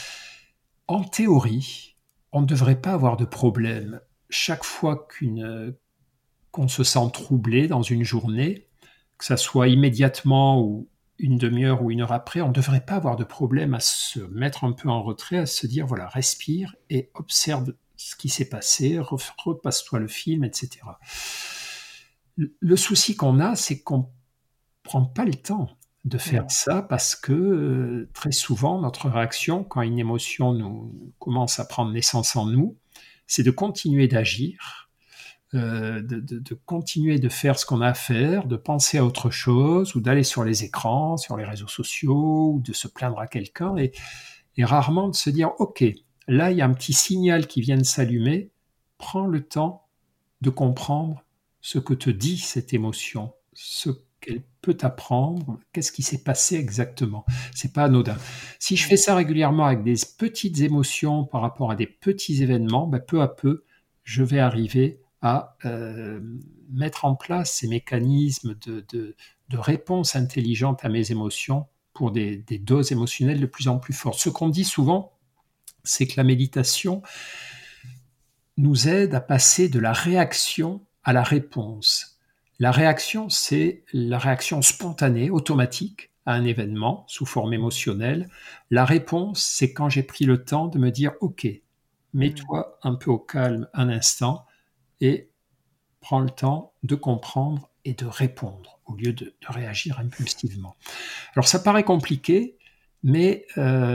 En théorie, on ne devrait pas avoir de problème. Chaque fois qu'on se sent troublé dans une journée, que ça soit immédiatement ou une demi-heure ou une heure après, on ne devrait pas avoir de problème à se mettre un peu en retrait, à se dire, voilà, respire et observe ce qui s'est passé, repasse-toi le film, etc. Le souci qu'on a, c'est qu'on ne prend pas le temps de faire ça parce que très souvent, notre réaction, quand une émotion commence à prendre naissance en nous, c'est de continuer d'agir, de continuer de faire ce qu'on a à faire, de penser à autre chose, ou d'aller sur les écrans, sur les réseaux sociaux, ou de se plaindre à quelqu'un, et rarement de se dire, OK, là, il y a un petit signal qui vient de s'allumer, prends le temps de comprendre ce que te dit cette émotion, ce qu'elle peut t'apprendre, qu'est-ce qui s'est passé exactement. C'est pas anodin. Si je fais ça régulièrement avec des petites émotions par rapport à des petits événements, peu à peu, je vais arriver à mettre en place ces mécanismes de réponse intelligente à mes émotions pour des doses émotionnelles de plus en plus fortes. Ce qu'on dit souvent, c'est que la méditation nous aide à passer de la réaction à la réponse. La réaction, c'est la réaction spontanée, automatique à un événement sous forme émotionnelle. La réponse, c'est quand j'ai pris le temps de me dire « Ok, mets-toi un peu au calme un instant et prends le temps de comprendre et de répondre au lieu de réagir impulsivement. » Alors ça paraît compliqué, mais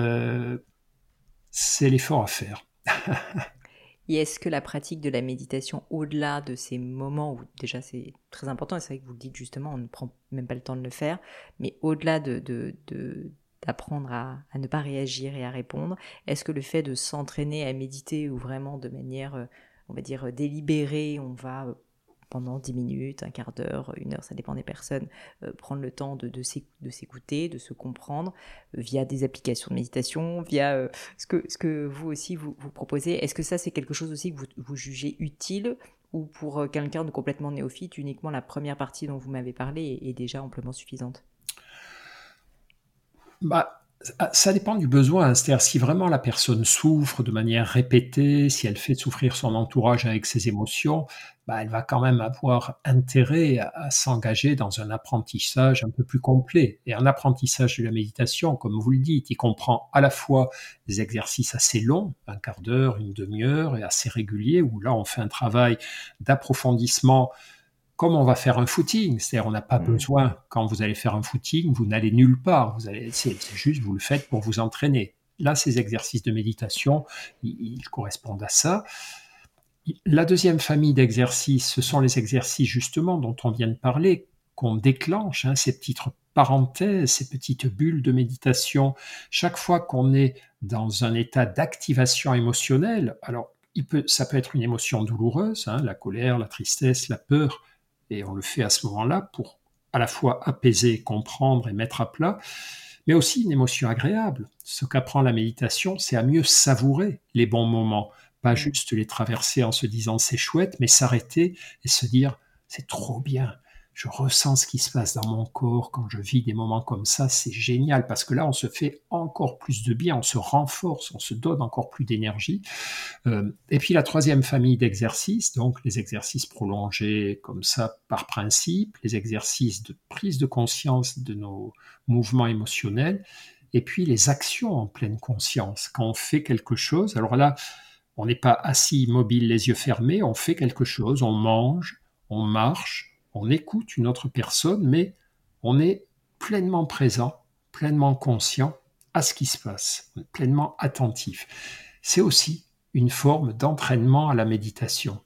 c'est l'effort à faire. Et est-ce que la pratique de la méditation, au-delà de ces moments où déjà c'est très important, et c'est vrai que vous le dites justement, on ne prend même pas le temps de le faire, mais au-delà d'apprendre à ne pas réagir et à répondre, est-ce que le fait de s'entraîner à méditer ou vraiment de manière, on va dire, délibérée, on va pendant 10 minutes, un quart d'heure, une heure, ça dépend des personnes, prendre le temps de s'écouter, de se comprendre via des applications de méditation, via ce que vous aussi vous proposez. Est-ce que ça, c'est quelque chose aussi que vous jugez utile, ou pour quelqu'un de complètement néophyte, uniquement la première partie dont vous m'avez parlé est déjà amplement suffisante ? Ça dépend du besoin. C'est-à-dire, si vraiment la personne souffre de manière répétée, si elle fait souffrir son entourage avec ses émotions, elle va quand même avoir intérêt à s'engager dans un apprentissage un peu plus complet. Et un apprentissage de la méditation, comme vous le dites, il comprend à la fois des exercices assez longs, un quart d'heure, une demi-heure, et assez réguliers, où là, on fait un travail d'approfondissement comme on va faire un footing, c'est-à-dire on n'a pas besoin, quand vous allez faire un footing, vous n'allez nulle part, c'est juste, vous le faites pour vous entraîner. Là, ces exercices de méditation, ils correspondent à ça. La deuxième famille d'exercices, ce sont les exercices justement dont on vient de parler, qu'on déclenche, ces petites parenthèses, ces petites bulles de méditation. Chaque fois qu'on est dans un état d'activation émotionnelle, alors ça peut être une émotion douloureuse, la colère, la tristesse, la peur, et on le fait à ce moment-là pour à la fois apaiser, comprendre et mettre à plat, mais aussi une émotion agréable. Ce qu'apprend la méditation, c'est à mieux savourer les bons moments, pas juste les traverser en se disant c'est chouette, mais s'arrêter et se dire c'est trop bien. Je ressens ce qui se passe dans mon corps quand je vis des moments comme ça, c'est génial, parce que là, on se fait encore plus de bien, on se renforce, on se donne encore plus d'énergie. Et puis la troisième famille d'exercices, donc les exercices prolongés comme ça par principe, les exercices de prise de conscience de nos mouvements émotionnels, et puis les actions en pleine conscience. Quand on fait quelque chose, alors là, on n'est pas assis immobile, les yeux fermés, on fait quelque chose, on mange, on marche, on écoute une autre personne, mais on est pleinement présent, pleinement conscient à ce qui se passe, pleinement attentif. C'est aussi une forme d'entraînement à la méditation.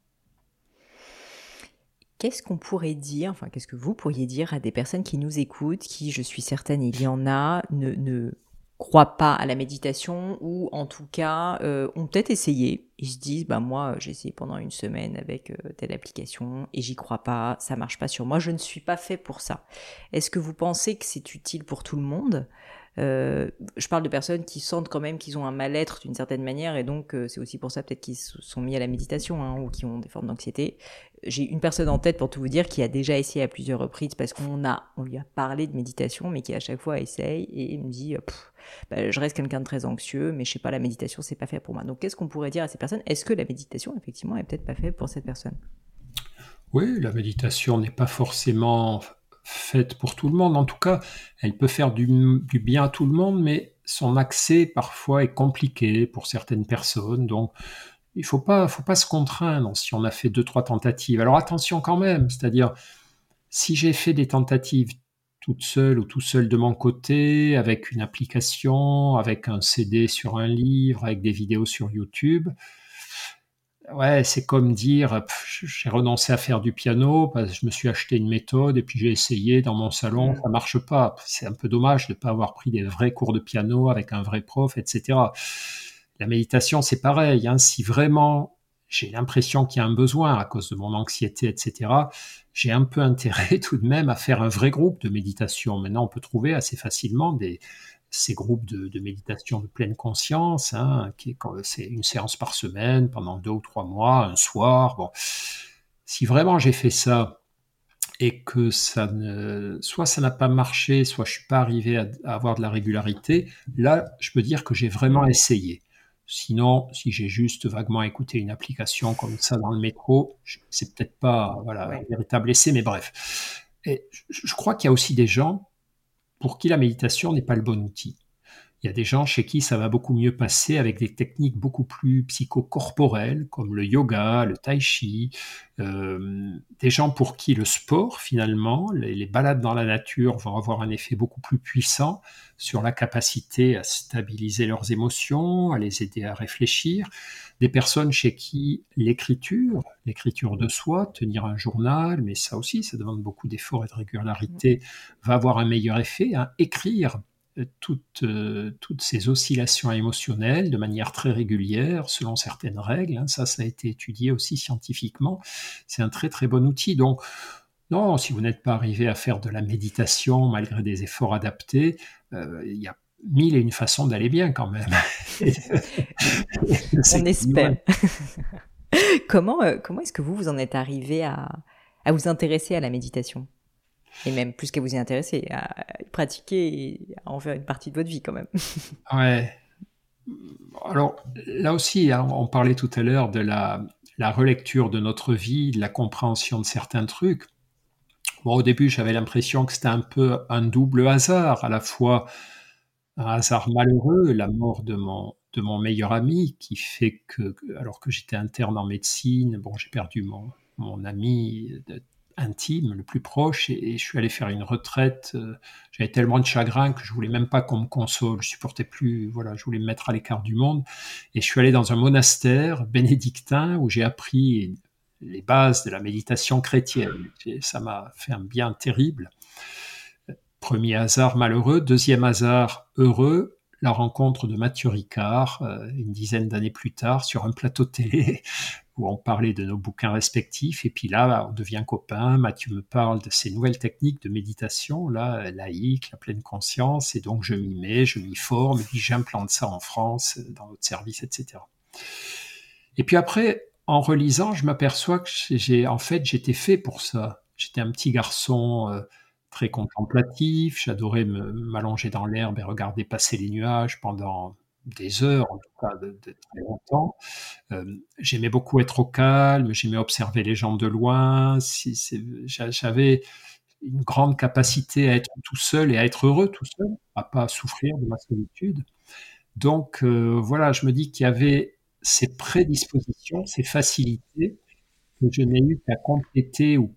Qu'est-ce qu'on pourrait dire, qu'est-ce que vous pourriez dire à des personnes qui nous écoutent, qui, je suis certaine, il y en a, ne croient pas à la méditation, ou en tout cas ont peut-être essayé, ils se disent moi j'ai essayé pendant une semaine avec telle application et j'y crois pas, ça marche pas sur moi, je ne suis pas fait pour ça. Est-ce que vous pensez que c'est utile pour tout le monde ? Je parle de personnes qui sentent quand même qu'ils ont un mal-être d'une certaine manière, et donc c'est aussi pour ça peut-être qu'ils se sont mis à la méditation, ou qui ont des formes d'anxiété. J'ai une personne en tête, pour tout vous dire, qui a déjà essayé à plusieurs reprises parce qu'on lui a parlé de méditation, mais qui à chaque fois essaye et me dit je reste quelqu'un de très anxieux, mais je sais pas, la méditation c'est pas fait pour moi. Donc qu'est-ce qu'on pourrait dire à ces personnes ? Est-ce que la méditation effectivement est peut-être pas fait pour cette personne ? Oui, la méditation n'est pas forcément faite pour tout le monde. En tout cas, elle peut faire du bien à tout le monde, mais son accès parfois est compliqué pour certaines personnes. Donc, il faut pas se contraindre si on a fait deux, trois tentatives. Alors attention quand même, c'est-à-dire si j'ai fait des tentatives toute seule ou tout seul de mon côté, avec une application, avec un CD sur un livre, avec des vidéos sur YouTube, ouais, c'est comme dire, j'ai renoncé à faire du piano parce que je me suis acheté une méthode et puis j'ai essayé dans mon salon, ça marche pas. C'est un peu dommage de ne pas avoir pris des vrais cours de piano avec un vrai prof, etc. La méditation, c'est pareil, hein. Si vraiment j'ai l'impression qu'il y a un besoin à cause de mon anxiété, etc., j'ai un peu intérêt tout de même à faire un vrai groupe de méditation. Maintenant, on peut trouver assez facilement ces groupes de méditation de pleine conscience, hein, c'est une séance par semaine pendant 2 ou 3 mois, un soir. Bon, si vraiment j'ai fait ça et que soit ça n'a pas marché, soit je suis pas arrivé à avoir de la régularité, là, je peux dire que j'ai vraiment essayé. Sinon, si j'ai juste vaguement écouté une application comme ça dans le métro, c'est peut-être pas, voilà, un véritable essai, mais bref. Et je crois qu'il y a aussi des gens pour qui la méditation n'est pas le bon outil. Il y a des gens chez qui ça va beaucoup mieux passer avec des techniques beaucoup plus psychocorporelles, comme le yoga, le tai chi. Des gens pour qui le sport, finalement, les balades dans la nature vont avoir un effet beaucoup plus puissant sur la capacité à stabiliser leurs émotions, à les aider à réfléchir. Des personnes chez qui l'écriture de soi, tenir un journal, mais ça aussi, ça demande beaucoup d'efforts et de régularité, va avoir un meilleur effet. Hein. Écrire toutes ces oscillations émotionnelles de manière très régulière, selon certaines règles. Hein, ça a été étudié aussi scientifiquement. C'est un très très bon outil. Donc, non, si vous n'êtes pas arrivé à faire de la méditation malgré des efforts adaptés, il y a 1001 façons d'aller bien quand même. On espère. Comment est-ce que vous en êtes arrivé à vous intéresser à la méditation ? Et même plus qu'à vous y intéresser, à pratiquer et à en faire une partie de votre vie quand même. Ouais. Alors là aussi, hein, on parlait tout à l'heure de la relecture de notre vie, de la compréhension de certains trucs. Bon, au début, j'avais l'impression que c'était un peu un double hasard, à la fois un hasard malheureux, la mort de mon meilleur ami, qui fait que alors que j'étais interne en médecine, bon, j'ai perdu mon ami intime, le plus proche, et je suis allé faire une retraite. J'avais tellement de chagrin que je voulais même pas qu'on me console. Je supportais plus, voilà, je voulais me mettre à l'écart du monde. Et je suis allé dans un monastère bénédictin où j'ai appris les bases de la méditation chrétienne. Et ça m'a fait un bien terrible. Premier hasard malheureux. Deuxième hasard heureux, la rencontre de Mathieu Ricard, une dizaine d'années plus tard, sur un plateau de télé, où on parlait de nos bouquins respectifs. Et puis là, on devient copains. Mathieu me parle de ces nouvelles techniques de méditation, là, laïque, la pleine conscience. Et donc, je m'y mets, je m'y forme, et puis j'implante ça en France, dans notre service, etc. Et puis après, en relisant, je m'aperçois que j'étais fait pour ça. J'étais un petit garçon très contemplatif. J'adorais m'allonger dans l'herbe et regarder passer les nuages pendant des heures, en tout cas de très longtemps. J'aimais beaucoup être au calme, j'aimais observer les gens de loin. J'avais une grande capacité à être tout seul et à être heureux tout seul, à pas souffrir de ma solitude. Donc voilà, je me dis qu'il y avait ces prédispositions, ces facilités que je n'ai eu qu'à compléter ou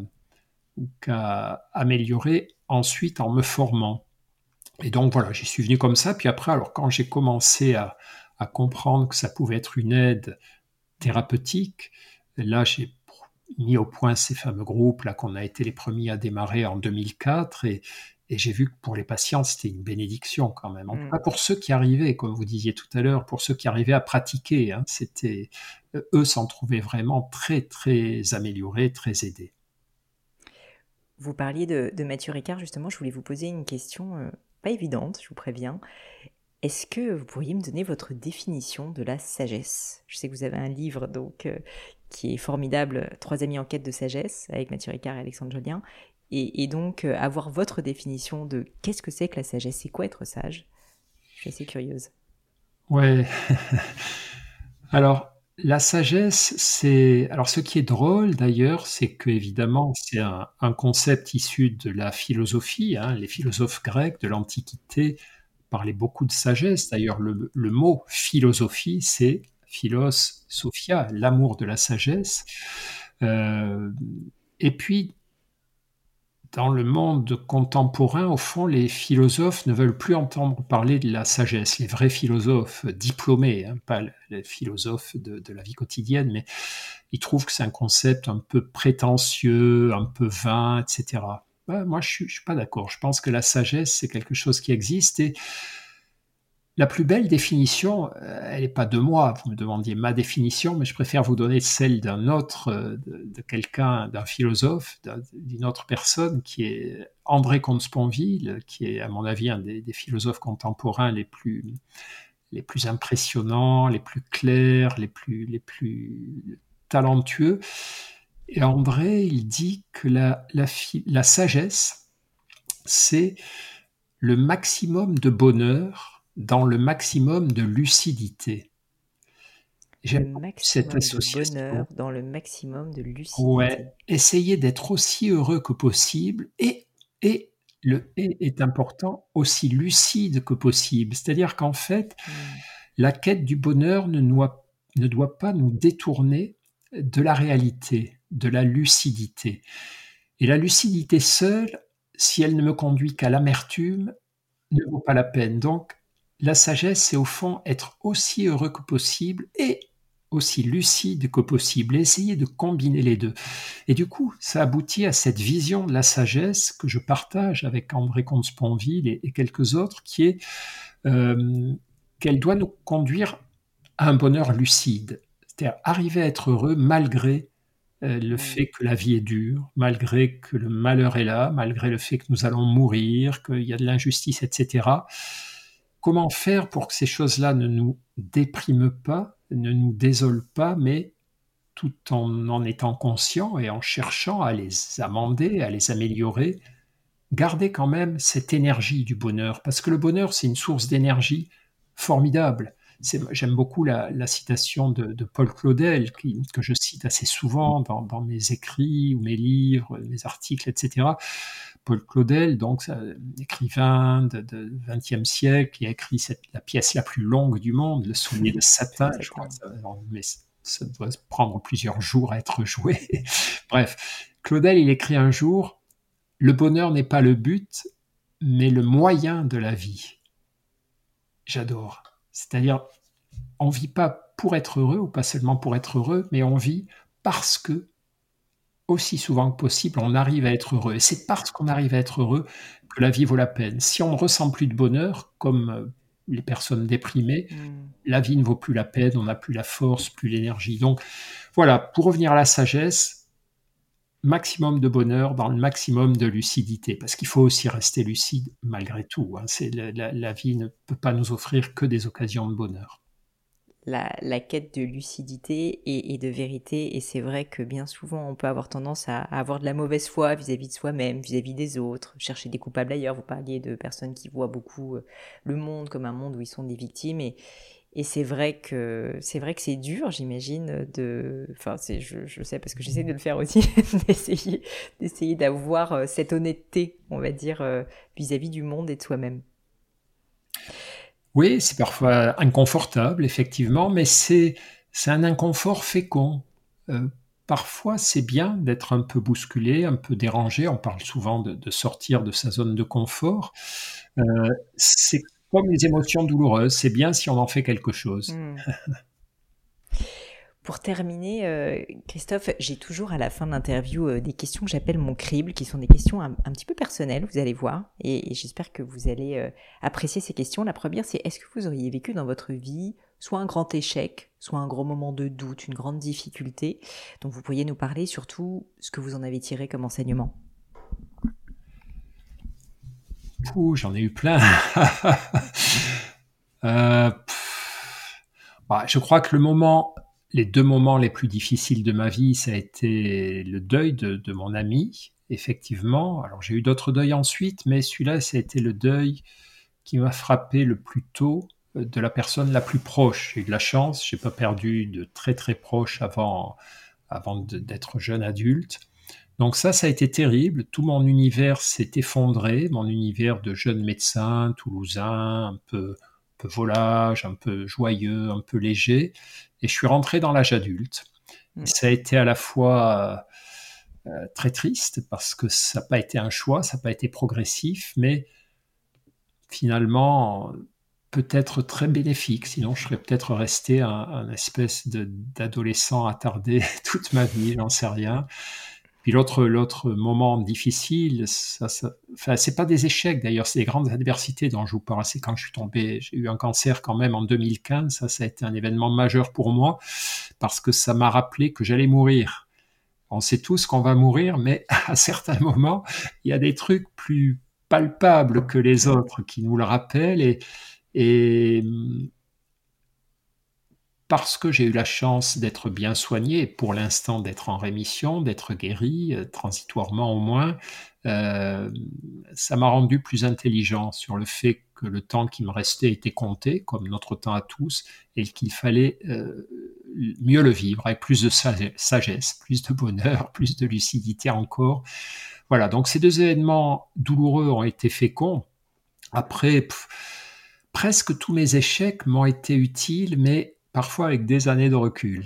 qu'à améliorer ensuite en me formant. Et donc voilà, j'y suis venu comme ça. Puis après, alors quand j'ai commencé à comprendre que ça pouvait être une aide thérapeutique, là j'ai mis au point ces fameux groupes là qu'on a été les premiers à démarrer en 2004 et j'ai vu que pour les patients c'était une bénédiction quand même. En tout cas pour ceux qui arrivaient, comme vous disiez tout à l'heure, pour ceux qui arrivaient à pratiquer, hein, c'était eux s'en trouvaient vraiment très très améliorés, très aidés. Vous parliez de Mathieu Ricard, justement, je voulais vous poser une question pas évidente, je vous préviens. Est-ce que vous pourriez me donner votre définition de la sagesse ? Je sais que vous avez un livre donc qui est formidable, 3 amis en quête de sagesse, avec Mathieu Ricard et Alexandre Jolien. Et donc, avoir votre définition de qu'est-ce que c'est que la sagesse ? C'est quoi être sage ? Je suis assez curieuse. Ouais. Alors, La sagesse, alors ce qui est drôle d'ailleurs, c'est que évidemment c'est un concept issu de la philosophie, hein. Les philosophes grecs de l'Antiquité parlaient beaucoup de sagesse. D'ailleurs, le mot philosophie, c'est philos sophia, l'amour de la sagesse. Euh, et puis, dans le monde contemporain, au fond, les philosophes ne veulent plus entendre parler de la sagesse. Les vrais philosophes diplômés, hein, pas les philosophes de la vie quotidienne, mais ils trouvent que c'est un concept un peu prétentieux, un peu vain, etc. Ouais, moi, je suis pas d'accord. Je pense que la sagesse, c'est quelque chose qui existe. Et la plus belle définition, elle n'est pas de moi, vous me demandiez ma définition, mais je préfère vous donner celle d'un autre, de quelqu'un, d'un philosophe, d'une autre personne, qui est André Comte-Sponville, qui est à mon avis un des philosophes contemporains les plus impressionnants, les plus clairs, les plus talentueux. Et André, il dit que la sagesse, c'est le maximum de bonheur dans le maximum de lucidité. Le J'aime beaucoup cette maximum de bonheur association. dans le maximum de lucidité. Ouais, essayer d'être aussi heureux que possible et le et est important, aussi lucide que possible. C'est-à-dire qu'en fait, Hmm. la quête du bonheur ne doit pas nous détourner de la réalité, de la lucidité. Et la lucidité seule, si elle ne me conduit qu'à l'amertume, ne vaut pas la peine. Donc, la sagesse, c'est au fond être aussi heureux que possible et aussi lucide que possible, et essayer de combiner les deux. Et du coup, ça aboutit à cette vision de la sagesse que je partage avec André Comte-Sponville et quelques autres, qui est euh, qu'elle doit nous conduire à un bonheur lucide, c'est-à-dire arriver à être heureux malgré le Hmm. fait que la vie est dure, malgré que le malheur est là, malgré le fait que nous allons mourir, qu'il y a de l'injustice, etc. Comment faire pour que ces choses-là ne nous dépriment pas, ne nous désolent pas, mais tout en étant conscients et en cherchant à les amender, à les améliorer, garder quand même cette énergie du bonheur, parce que le bonheur, c'est une source d'énergie formidable. J'aime beaucoup la citation de Paul Claudel, que je cite assez souvent dans mes écrits ou mes livres, mes articles, etc. Paul Claudel, donc écrivain de 20e siècle, qui a écrit la pièce la plus longue du monde, Le Soulier de satin, je crois que ça doit prendre plusieurs jours à être joué. Bref, Claudel, il écrit un jour: le bonheur n'est pas le but, mais le moyen de la vie. J'adore. C'est-à-dire, on vit pas pour être heureux, ou pas seulement pour être heureux, mais on vit parce que, aussi souvent que possible, on arrive à être heureux. Et c'est parce qu'on arrive à être heureux que la vie vaut la peine. Si on ne ressent plus de bonheur, comme les personnes déprimées, Hmm. la vie ne vaut plus la peine, on n'a plus la force, plus l'énergie. Donc voilà, pour revenir à la sagesse, maximum de bonheur dans le maximum de lucidité, parce qu'il faut aussi rester lucide malgré tout, hein. La vie ne peut pas nous offrir que des occasions de bonheur. La quête de lucidité et de vérité. Et c'est vrai que bien souvent, on peut avoir tendance à avoir de la mauvaise foi vis-à-vis de soi-même, vis-à-vis des autres, chercher des coupables ailleurs. Vous parliez de personnes qui voient beaucoup le monde comme un monde où ils sont des victimes. Et c'est vrai que c'est dur, j'imagine, enfin, je sais parce que j'essaie de le faire aussi, d'essayer d'avoir cette honnêteté, on va dire, vis-à-vis du monde et de soi-même. Oui, c'est parfois inconfortable, effectivement, mais c'est un inconfort fécond. Euh, Parfois, c'est bien d'être un peu bousculé, un peu dérangé. On parle souvent de sortir de sa zone de confort. Euh, c'est comme les émotions douloureuses. C'est bien si on en fait quelque chose. Hmm. Pour terminer, Christophe, j'ai toujours à la fin de l'interview des questions que j'appelle mon crible, qui sont des questions un petit peu personnelles, vous allez voir, et j'espère que vous allez apprécier ces questions. La première, c'est: est-ce que vous auriez vécu dans votre vie soit un grand échec, soit un gros moment de doute, une grande difficulté, dont vous pourriez nous parler, surtout ce que vous en avez tiré comme enseignement? Ouh, j'en ai eu plein. Euh, Bah, je crois que les deux moments les plus difficiles de ma vie, ça a été le deuil de mon ami, effectivement. Alors j'ai eu d'autres deuils ensuite, mais celui-là, ça a été le deuil qui m'a frappé le plus tôt. de la personne la plus proche. J'ai eu de la chance, j'ai pas perdu de très très proche avant d'être jeune adulte. Donc ça a été terrible. Tout mon univers s'est effondré, mon univers de jeune médecin toulousain, un peu volage, un peu joyeux, un peu léger. Et je suis rentré dans l'âge adulte. Et ça a été à la fois très triste parce que ça n'a pas été un choix, ça n'a pas été progressif, mais finalement peut-être très bénéfique. Sinon, je serais peut-être resté un espèce d'adolescent attardé toute ma vie, j'en sais rien. Puis l'autre moment difficile, enfin, c'est pas des échecs d'ailleurs, c'est des grandes adversités dont je vous parle. C'est quand je suis tombé, j'ai eu un cancer quand même en 2015. Ça a été un événement majeur pour moi parce que ça m'a rappelé que j'allais mourir. On sait tous qu'on va mourir, mais à certains moments, il y a des trucs plus palpables que les autres qui nous le rappellent et parce que j'ai eu la chance d'être bien soigné, pour l'instant d'être en rémission, d'être guéri, transitoirement au moins, ça m'a rendu plus intelligent sur le fait que le temps qui me restait était compté, comme notre temps à tous, et qu'il fallait mieux le vivre, avec plus de sagesse, plus de bonheur, plus de lucidité encore. Voilà, donc ces deux événements douloureux ont été féconds. Après, presque tous mes échecs m'ont été utiles, mais parfois avec des années de recul.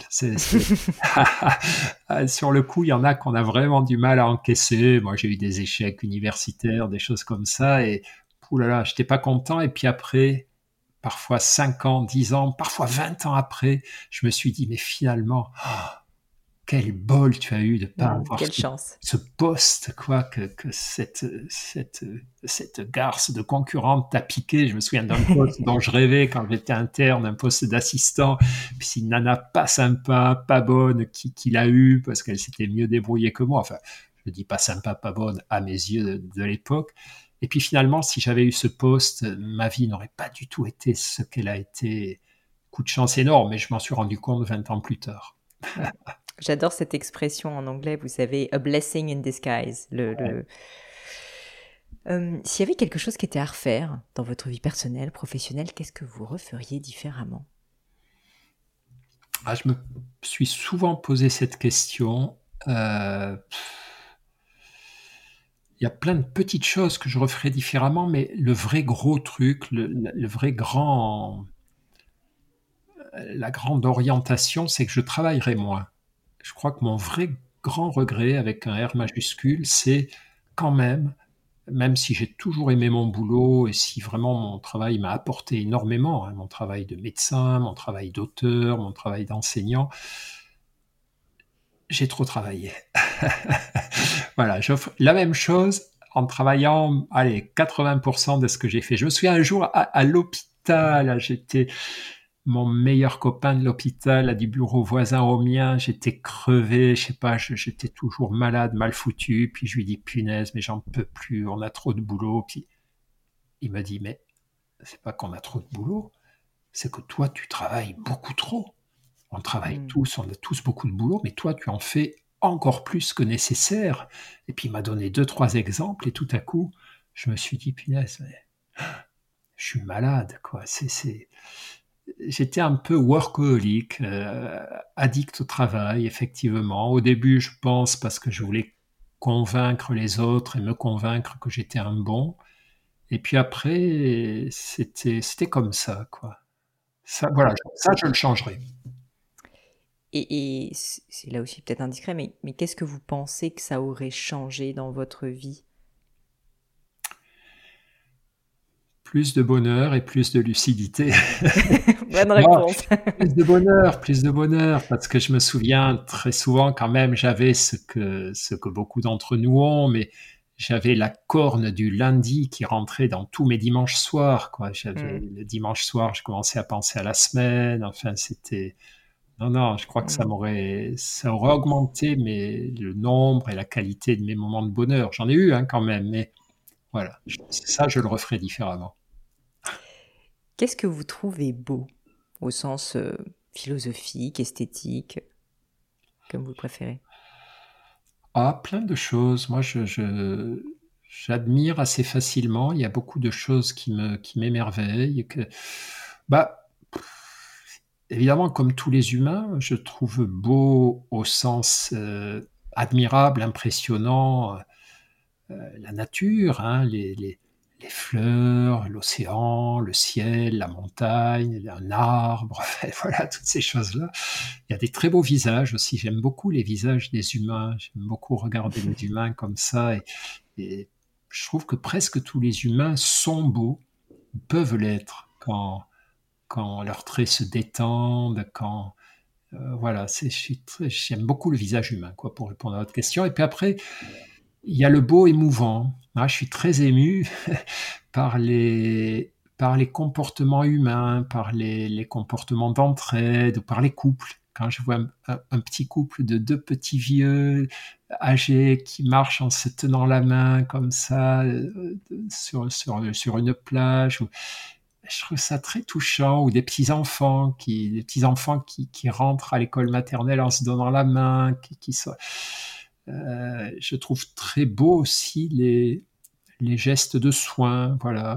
Sur le coup, il y en a qu'on a vraiment du mal à encaisser. Moi, j'ai eu des échecs universitaires, des choses comme ça, et oulala, j'étais pas content. Et puis après, parfois 5 ans, 10 ans, parfois 20 ans après, je me suis dit, mais finalement, quel bol tu as eu de ne pas avoir quelle chance. ce poste, quoi, que cette garce de concurrente t'a piqué. Je me souviens d'un poste dont je rêvais quand j'étais interne, un poste d'assistant. Puis c'est une nana pas sympa, pas bonne, qui l'a eu parce qu'elle s'était mieux débrouillée que moi. Enfin, je dis pas sympa, pas bonne à mes yeux de l'époque. Et puis finalement, si j'avais eu ce poste, ma vie n'aurait pas du tout été ce qu'elle a été. Coup de chance énorme, mais je m'en suis rendu compte 20 ans plus tard. J'adore cette expression en anglais, vous savez, a blessing in disguise. S'il y avait quelque chose qui était à refaire dans votre vie personnelle, professionnelle, qu'est-ce que vous referiez différemment ? Je me suis souvent posé cette question. Il y a plein de petites choses que je referais différemment, mais le vrai gros truc, le vrai grand, la grande orientation, c'est que je travaillerai moins. Je crois que mon vrai grand regret, avec un R majuscule, c'est quand même si j'ai toujours aimé mon boulot et si vraiment mon travail m'a apporté énormément, mon travail de médecin, mon travail d'auteur, mon travail d'enseignant, j'ai trop travaillé. Voilà, j'offre la même chose en travaillant, allez, 80% de ce que j'ai fait. Je me souviens un jour à l'hôpital, j'étais mon meilleur copain de l'hôpital, du bureau voisin au mien, j'étais crevé, je sais pas, j'étais toujours malade, mal foutu, puis je lui dis, punaise, mais j'en peux plus, on a trop de boulot, puis il m'a dit, mais c'est pas qu'on a trop de boulot, c'est que toi, tu travailles beaucoup trop. On travaille tous, on a tous beaucoup de boulot, mais toi, tu en fais encore plus que nécessaire. Et puis il m'a donné 2-3 exemples, et tout à coup, je me suis dit, punaise, mais je suis malade, quoi. J'étais un peu workaholic, addict au travail, effectivement. Au début, je pense, parce que je voulais convaincre les autres et me convaincre que j'étais un bon. Et puis après, c'était comme ça, quoi. Ça, voilà, ça, je le changerai. Et c'est là aussi peut-être indiscret, mais qu'est-ce que vous pensez que ça aurait changé dans votre vie ? Plus de bonheur et plus de lucidité. Bonne réponse. Plus de bonheur, parce que je me souviens très souvent quand même, j'avais ce que beaucoup d'entre nous ont, mais j'avais la corne du lundi qui rentrait dans tous mes dimanches soirs, quoi. J'avais le dimanche soir, je commençais à penser à la semaine. Enfin, c'était non, je crois que ça aurait augmenté le nombre et la qualité de mes moments de bonheur. J'en ai eu quand même, mais voilà, ça, je le referais différemment. Qu'est-ce que vous trouvez beau, au sens philosophique, esthétique, comme vous préférez ? Plein de choses. Moi, j'admire assez facilement. Il y a beaucoup de choses qui m'émerveillent. Bah, évidemment, comme tous les humains, je trouve beau au sens admirable, impressionnant, la nature, hein, les fleurs, l'océan, le ciel, la montagne, un arbre, voilà, toutes ces choses-là. Il y a des très beaux visages aussi. J'aime beaucoup les visages des humains. J'aime beaucoup regarder les humains comme ça. Et je trouve que presque tous les humains sont beaux, peuvent l'être quand leurs traits se détendent, voilà, j'aime beaucoup le visage humain, quoi, pour répondre à votre question. Et puis après, il y a le beau émouvant. Ah, je suis très ému par les comportements humains, par les comportements d'entraide, ou par les couples. Quand je vois un petit couple de deux petits vieux âgés qui marchent en se tenant la main comme ça sur une plage, je trouve ça très touchant. Ou des petits enfants qui rentrent à l'école maternelle en se donnant la main, je trouve très beau aussi les gestes de soin, voilà,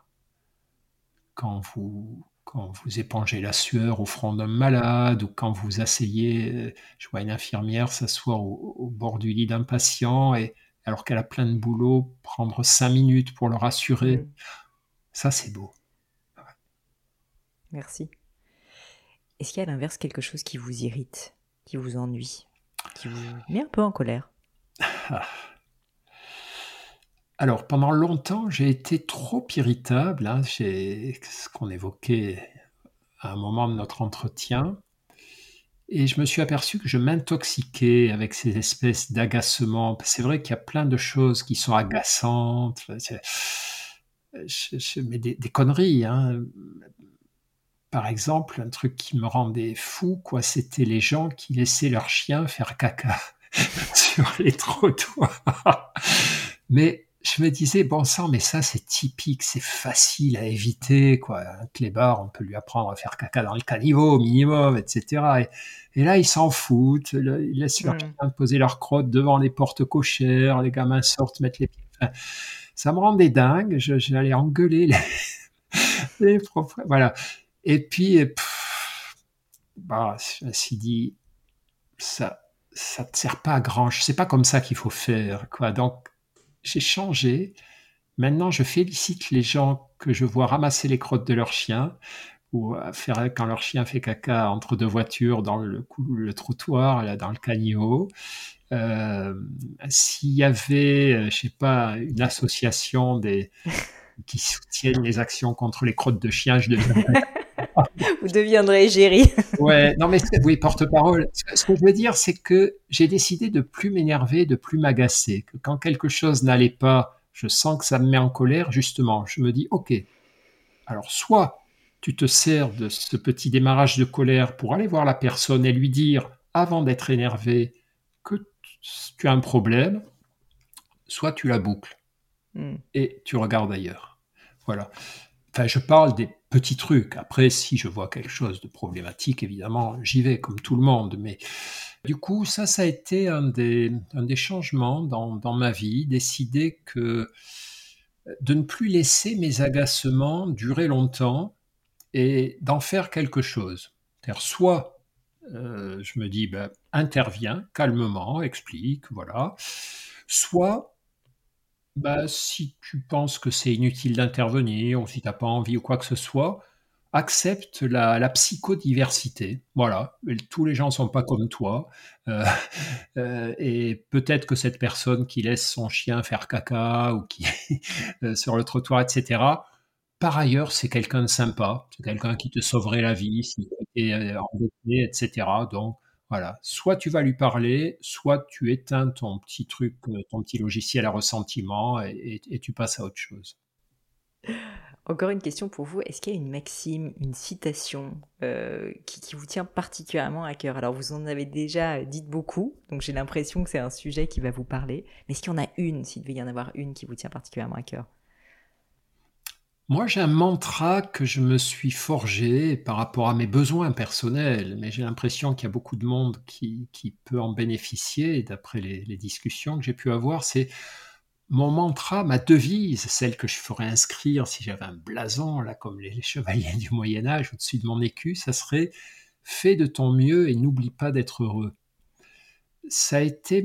quand vous épongez la sueur au front d'un malade, ou quand vous asseyez, je vois une infirmière s'asseoir au bord du lit d'un patient, et alors qu'elle a plein de boulot, prendre 5 minutes pour le rassurer, ça c'est beau. Merci. Est-ce qu'il y a à l'inverse quelque chose qui vous irrite, qui vous ennuie, qui vous met un peu en colère? Alors, pendant longtemps, j'ai été trop irritable, hein, ce qu'on évoquait à un moment de notre entretien, et je me suis aperçu que je m'intoxiquais avec ces espèces d'agacements. C'est vrai qu'il y a plein de choses qui sont agaçantes. Mais des conneries, hein. Par exemple, un truc qui me rendait fou, quoi, c'était les gens qui laissaient leurs chiens faire caca sur les trottoirs. Mais je me disais, bon sang, mais ça c'est typique, c'est facile à éviter, quoi. Un clébard, on peut lui apprendre à faire caca dans le caniveau au minimum, etc. Et là, ils s'en foutent, ils laissent leurs chiens poser leur crotte devant les portes cochères, les gamins sortent, mettent les pieds. Enfin, ça me rendait dingue, j'allais engueuler les propres. Voilà. Et puis, bah, je me suis dit, ça ne sert pas à grand chose. C'est pas comme ça qu'il faut faire, quoi. Donc, j'ai changé. Maintenant, je félicite les gens que je vois ramasser les crottes de leurs chiens, ou faire quand leur chien fait caca entre deux voitures dans le trottoir, là, dans le caniveau. S'il y avait, je sais pas, une association qui soutiennent les actions contre les crottes de chiens, je deviendrais. Vous deviendrez égérie. Ouais, non mais oui, porte-parole. Ce que je veux dire, c'est que j'ai décidé de plus m'énerver, de plus m'agacer. Que quand quelque chose n'allait pas, je sens que ça me met en colère, justement. Je me dis, ok, alors soit tu te sers de ce petit démarrage de colère pour aller voir la personne et lui dire, avant d'être énervé, que tu as un problème, soit tu la boucles et tu regardes ailleurs. Voilà. Enfin, je parle des petits trucs. Après, si je vois quelque chose de problématique, évidemment, j'y vais comme tout le monde. Mais du coup, ça a été un des changements dans ma vie, décider de ne plus laisser mes agacements durer longtemps et d'en faire quelque chose. C'est-à-dire, soit je me dis, ben, interviens calmement, explique, voilà. Soit, bah, si tu penses que c'est inutile d'intervenir, ou si tu n'as pas envie ou quoi que ce soit, accepte la psychodiversité. Voilà, tous les gens ne sont pas comme toi. Euh, et peut-être que cette personne qui laisse son chien faire caca ou qui sur le trottoir, etc., par ailleurs, c'est quelqu'un de sympa, c'est quelqu'un qui te sauverait la vie si tu étais embêté, etc. Donc, voilà, soit tu vas lui parler, soit tu éteins ton petit truc, ton petit logiciel à ressentiment et tu passes à autre chose. Encore une question pour vous. Est-ce qu'il y a une maxime, une citation qui vous tient particulièrement à cœur? Alors, vous en avez déjà dites beaucoup, donc j'ai l'impression que c'est un sujet qui va vous parler. Mais est-ce qu'il y en a une, s'il devait y en avoir une, qui vous tient particulièrement à cœur? Moi, j'ai un mantra que je me suis forgé par rapport à mes besoins personnels, mais j'ai l'impression qu'il y a beaucoup de monde qui peut en bénéficier, et d'après les discussions que j'ai pu avoir, c'est mon mantra, ma devise, celle que je ferais inscrire si j'avais un blason, là, comme les chevaliers du Moyen-Âge au-dessus de mon écu, ça serait: fais de ton mieux et n'oublie pas d'être heureux. Ça a été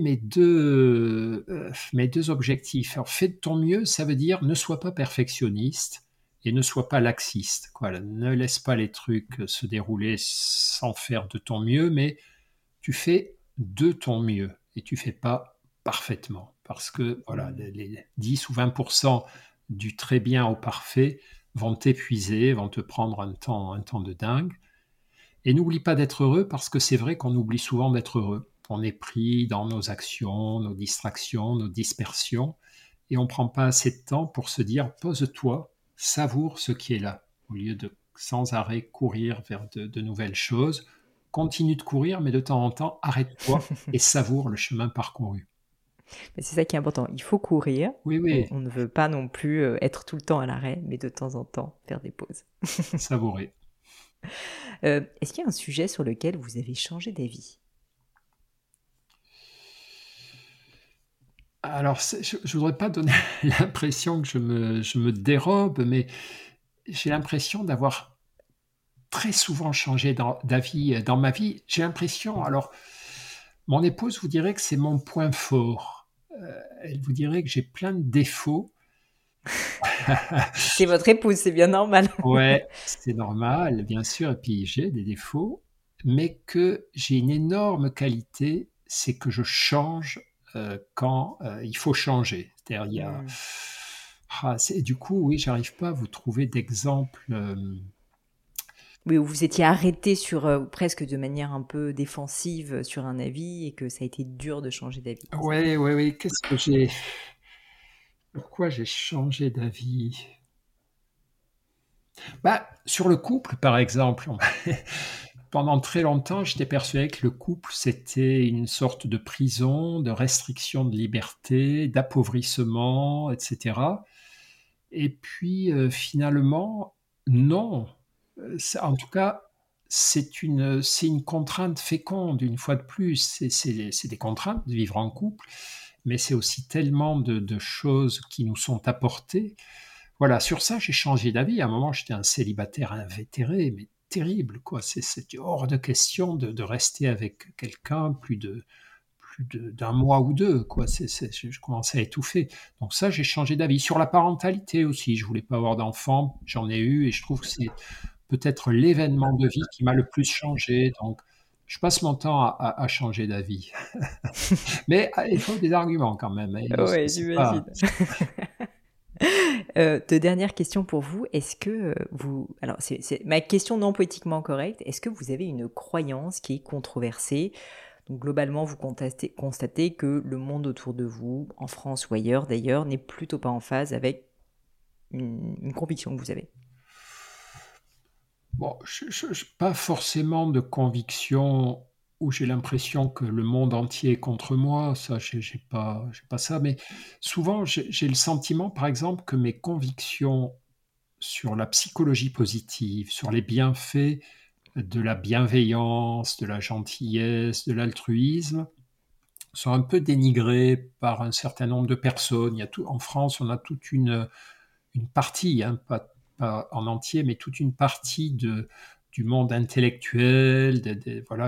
mes deux objectifs. Alors, fais de ton mieux, ça veut dire ne sois pas perfectionniste et ne sois pas laxiste. Quoi. Ne laisse pas les trucs se dérouler sans faire de ton mieux, mais tu fais de ton mieux et tu fais pas parfaitement. Parce que voilà, les 10 ou 20% du très bien au parfait vont t'épuiser, vont te prendre un temps de dingue. Et n'oublie pas d'être heureux parce que c'est vrai qu'on oublie souvent d'être heureux. On est pris dans nos actions, nos distractions, nos dispersions et on ne prend pas assez de temps pour se dire pose-toi, savoure ce qui est là au lieu de sans arrêt courir vers de nouvelles choses. Continue de courir, mais de temps en temps, arrête-toi et savoure le chemin parcouru. Mais c'est ça qui est important. Il faut courir. Oui, oui, On ne veut pas non plus être tout le temps à l'arrêt, mais de temps en temps faire des pauses. savourer. Est-ce qu'il y a un sujet sur lequel vous avez changé d'avis? Alors, je ne voudrais pas donner l'impression que je me dérobe, mais j'ai l'impression d'avoir très souvent changé d'avis dans ma vie. J'ai l'impression, alors, mon épouse vous dirait que c'est mon point fort. Elle vous dirait que j'ai plein de défauts. C'est votre épouse, c'est bien normal. Ouais, c'est normal, bien sûr, et puis j'ai des défauts, mais que j'ai une énorme qualité, c'est que je change quand il faut changer. C'est-à-dire, il y a... Hmm. Du coup, oui, j'arrive pas à vous trouver d'exemple. Oui, où vous étiez arrêté sur presque de manière un peu défensive sur un avis et que ça a été dur de changer d'avis. C'est ça? Ouais, ouais, ouais. Qu'est-ce que j'ai... Pourquoi j'ai changé d'avis? Bah, sur le couple, par exemple, pendant très longtemps, j'étais persuadé que le couple, c'était une sorte de prison, de restriction de liberté, d'appauvrissement, etc. Et puis, finalement, non. En tout cas, c'est une contrainte féconde, une fois de plus. C'est des contraintes de vivre en couple, mais c'est aussi tellement de choses qui nous sont apportées. Voilà, sur ça, j'ai changé d'avis. À un moment, j'étais un célibataire invétéré, mais terrible, quoi. C'est hors de question de rester avec quelqu'un d'un mois ou deux, quoi. Je commençais à étouffer. Donc ça, j'ai changé d'avis. Sur la parentalité aussi, je voulais pas avoir d'enfant, j'en ai eu, et je trouve que c'est peut-être l'événement de vie qui m'a le plus changé. Donc, je passe mon temps à changer d'avis. Mais il faut des arguments quand même, hein. Ouais, C'est j'imagine. pas... De dernières questions pour vous. Est-ce que vous... Alors, c'est ma question non politiquement correcte. Est-ce que vous avez une croyance qui est controversée? Donc, globalement, vous constatez que le monde autour de vous, en France ou ailleurs d'ailleurs, n'est plutôt pas en phase avec une conviction que vous avez. Bon, pas forcément de conviction où j'ai l'impression que le monde entier est contre moi, ça, j'ai pas ça, mais souvent, j'ai le sentiment, par exemple, que mes convictions sur la psychologie positive, sur les bienfaits de la bienveillance, de la gentillesse, de l'altruisme, sont un peu dénigrées par un certain nombre de personnes. En France, on a toute une partie, hein, pas en entier, mais toute une partie du monde intellectuel, voilà,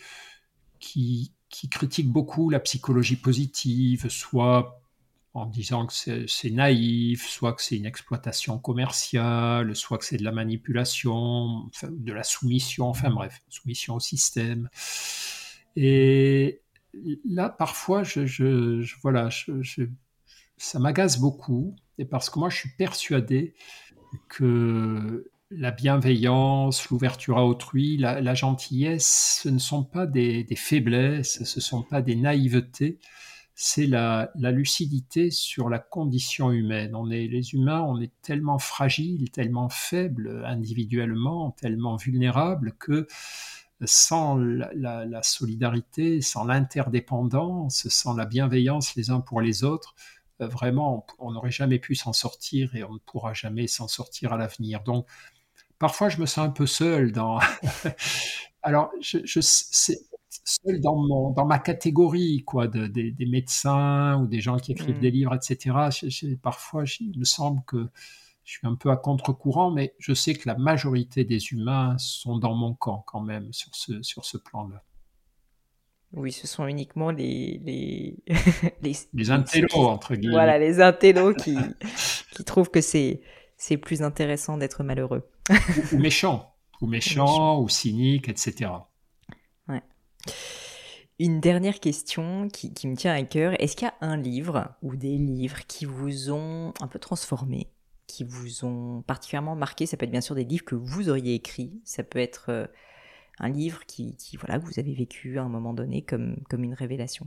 qui critique beaucoup la psychologie positive, soit en disant que c'est naïf, soit que c'est une exploitation commerciale, soit que c'est de la manipulation, enfin, de la soumission, enfin bref, soumission au système. Et là, parfois, voilà, ça m'agace beaucoup, et parce que moi, je suis persuadé que la bienveillance, l'ouverture à autrui, la gentillesse, ce ne sont pas des faiblesses, ce ne sont pas des naïvetés, c'est la lucidité sur la condition humaine. Les humains, on est tellement fragiles, tellement faibles individuellement, tellement vulnérables que sans la solidarité, sans l'interdépendance, sans la bienveillance les uns pour les autres, vraiment, on n'aurait jamais pu s'en sortir et on ne pourra jamais s'en sortir à l'avenir. Donc, parfois, je me sens un peu seul dans. Alors, seul dans ma catégorie, quoi, des médecins ou des gens qui écrivent des livres, etc. Parfois, il me semble que je suis un peu à contre-courant, mais je sais que la majorité des humains sont dans mon camp quand même sur ce plan-là. Oui, ce sont uniquement les intellos, entre guillemets. Voilà, les intellos qui trouvent que c'est plus intéressant d'être malheureux. ou méchants, ou cyniques, etc. Ouais. Une dernière question qui me tient à cœur. Est-ce qu'il y a un livre ou des livres qui vous ont un peu transformé, qui vous ont particulièrement marqué? Ça peut être bien sûr des livres que vous auriez écrits, ça peut être un livre qui voilà, que vous avez vécu à un moment donné comme une révélation.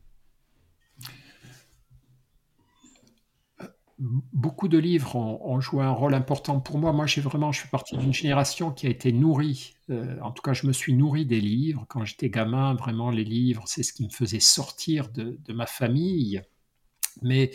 Beaucoup de livres ont joué un rôle important pour moi. Moi, je suis partie d'une génération qui a été nourrie. En tout cas, je me suis nourri des livres. Quand j'étais gamin, vraiment, les livres, c'est ce qui me faisait sortir de ma famille. Mais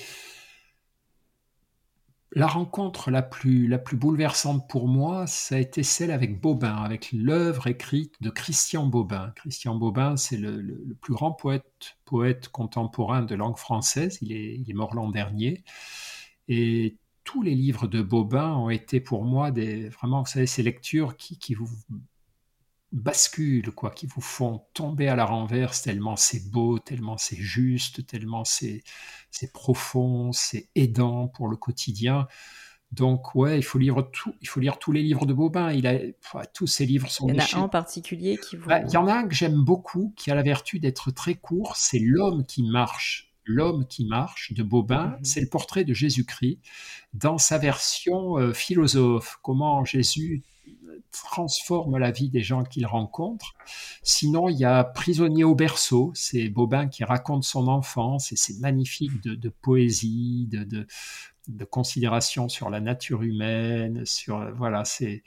la rencontre la plus bouleversante pour moi, ça a été celle avec Bobin, avec l'œuvre écrite de Christian Bobin. Christian Bobin, c'est le plus grand poète contemporain de langue française. Il est mort l'an dernier. Et tous les livres de Bobin ont été pour moi vraiment, vous savez, ces lectures qui vous basculent, quoi, qui vous font tomber à la renverse tellement c'est beau, tellement c'est juste, tellement c'est profond, c'est aidant pour le quotidien. Donc ouais, il faut lire tous les livres de Bobin. Tous ses livres sont Il y en a un en particulier qui vous... Il y en a un que j'aime beaucoup, qui a la vertu d'être très court, c'est L'homme qui marche. L'homme qui marche de Bobin, c'est le portrait de Jésus-Christ dans sa version philosophe, comment Jésus transforme la vie des gens qu'il rencontre. Sinon, il y a Prisonnier au berceau, c'est Bobin qui raconte son enfance et c'est magnifique de poésie, de considération sur la nature humaine, voilà, c'est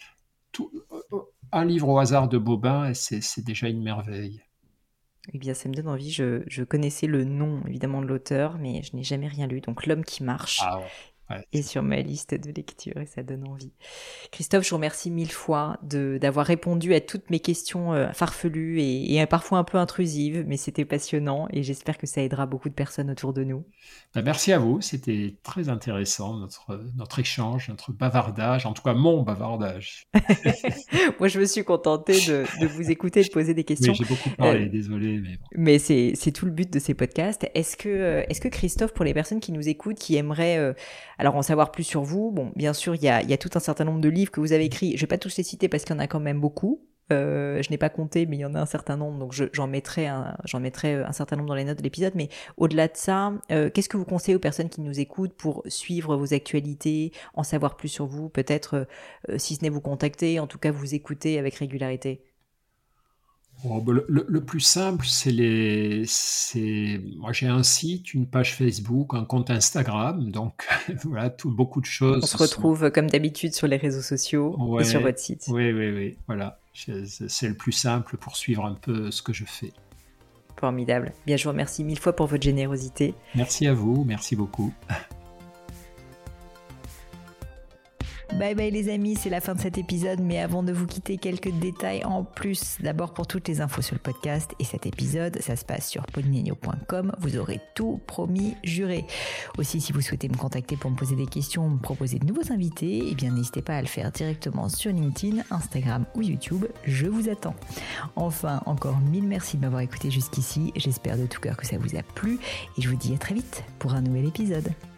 un livre au hasard de Bobin et c'est déjà une merveille. Eh bien, ça me donne envie. Je connaissais le nom, évidemment, de l'auteur, mais je n'ai jamais rien lu. Donc, L'homme qui marche est sur ma liste de lecture et ça donne envie. Christophe, je vous remercie 1000 fois d'avoir répondu à toutes mes questions farfelues et parfois un peu intrusives, mais c'était passionnant et j'espère que ça aidera beaucoup de personnes autour de nous. Merci à vous, c'était très intéressant notre échange, notre bavardage, en tout cas mon bavardage. Moi, je me suis contentée de vous écouter, de poser des questions. Oui, j'ai beaucoup parlé, désolé. Mais c'est tout le but de ces podcasts. Est-ce que Christophe, pour les personnes qui nous écoutent, qui aimeraient alors en savoir plus sur vous, bon, bien sûr, il y a tout un certain nombre de livres que vous avez écrits. Je vais pas tous les citer parce qu'il y en a quand même beaucoup. Je n'ai pas compté, mais il y en a un certain nombre, donc j'en mettrai un certain nombre dans les notes de l'épisode. Mais au-delà de ça, qu'est-ce que vous conseillez aux personnes qui nous écoutent pour suivre vos actualités, en savoir plus sur vous, peut-être, si ce n'est vous contacter, en tout cas vous écouter avec régularité? Le plus simple, moi j'ai un site, une page Facebook, un compte Instagram, donc voilà, beaucoup de choses. On se retrouve comme d'habitude sur les réseaux sociaux et sur votre site. Oui, voilà, c'est le plus simple pour suivre un peu ce que je fais. Formidable. Bien, je vous remercie 1000 fois pour votre générosité. Merci à vous, merci beaucoup. Bye bye les amis, c'est la fin de cet épisode, mais avant de vous quitter, quelques détails en plus. D'abord pour toutes les infos sur le podcast et cet épisode, ça se passe sur paulinegno.com, vous aurez tout promis, juré. Aussi, si vous souhaitez me contacter pour me poser des questions, me proposer de nouveaux invités, eh bien n'hésitez pas à le faire directement sur LinkedIn, Instagram ou YouTube, je vous attends. Enfin, encore 1000 merci de m'avoir écouté jusqu'ici, j'espère de tout cœur que ça vous a plu et je vous dis à très vite pour un nouvel épisode.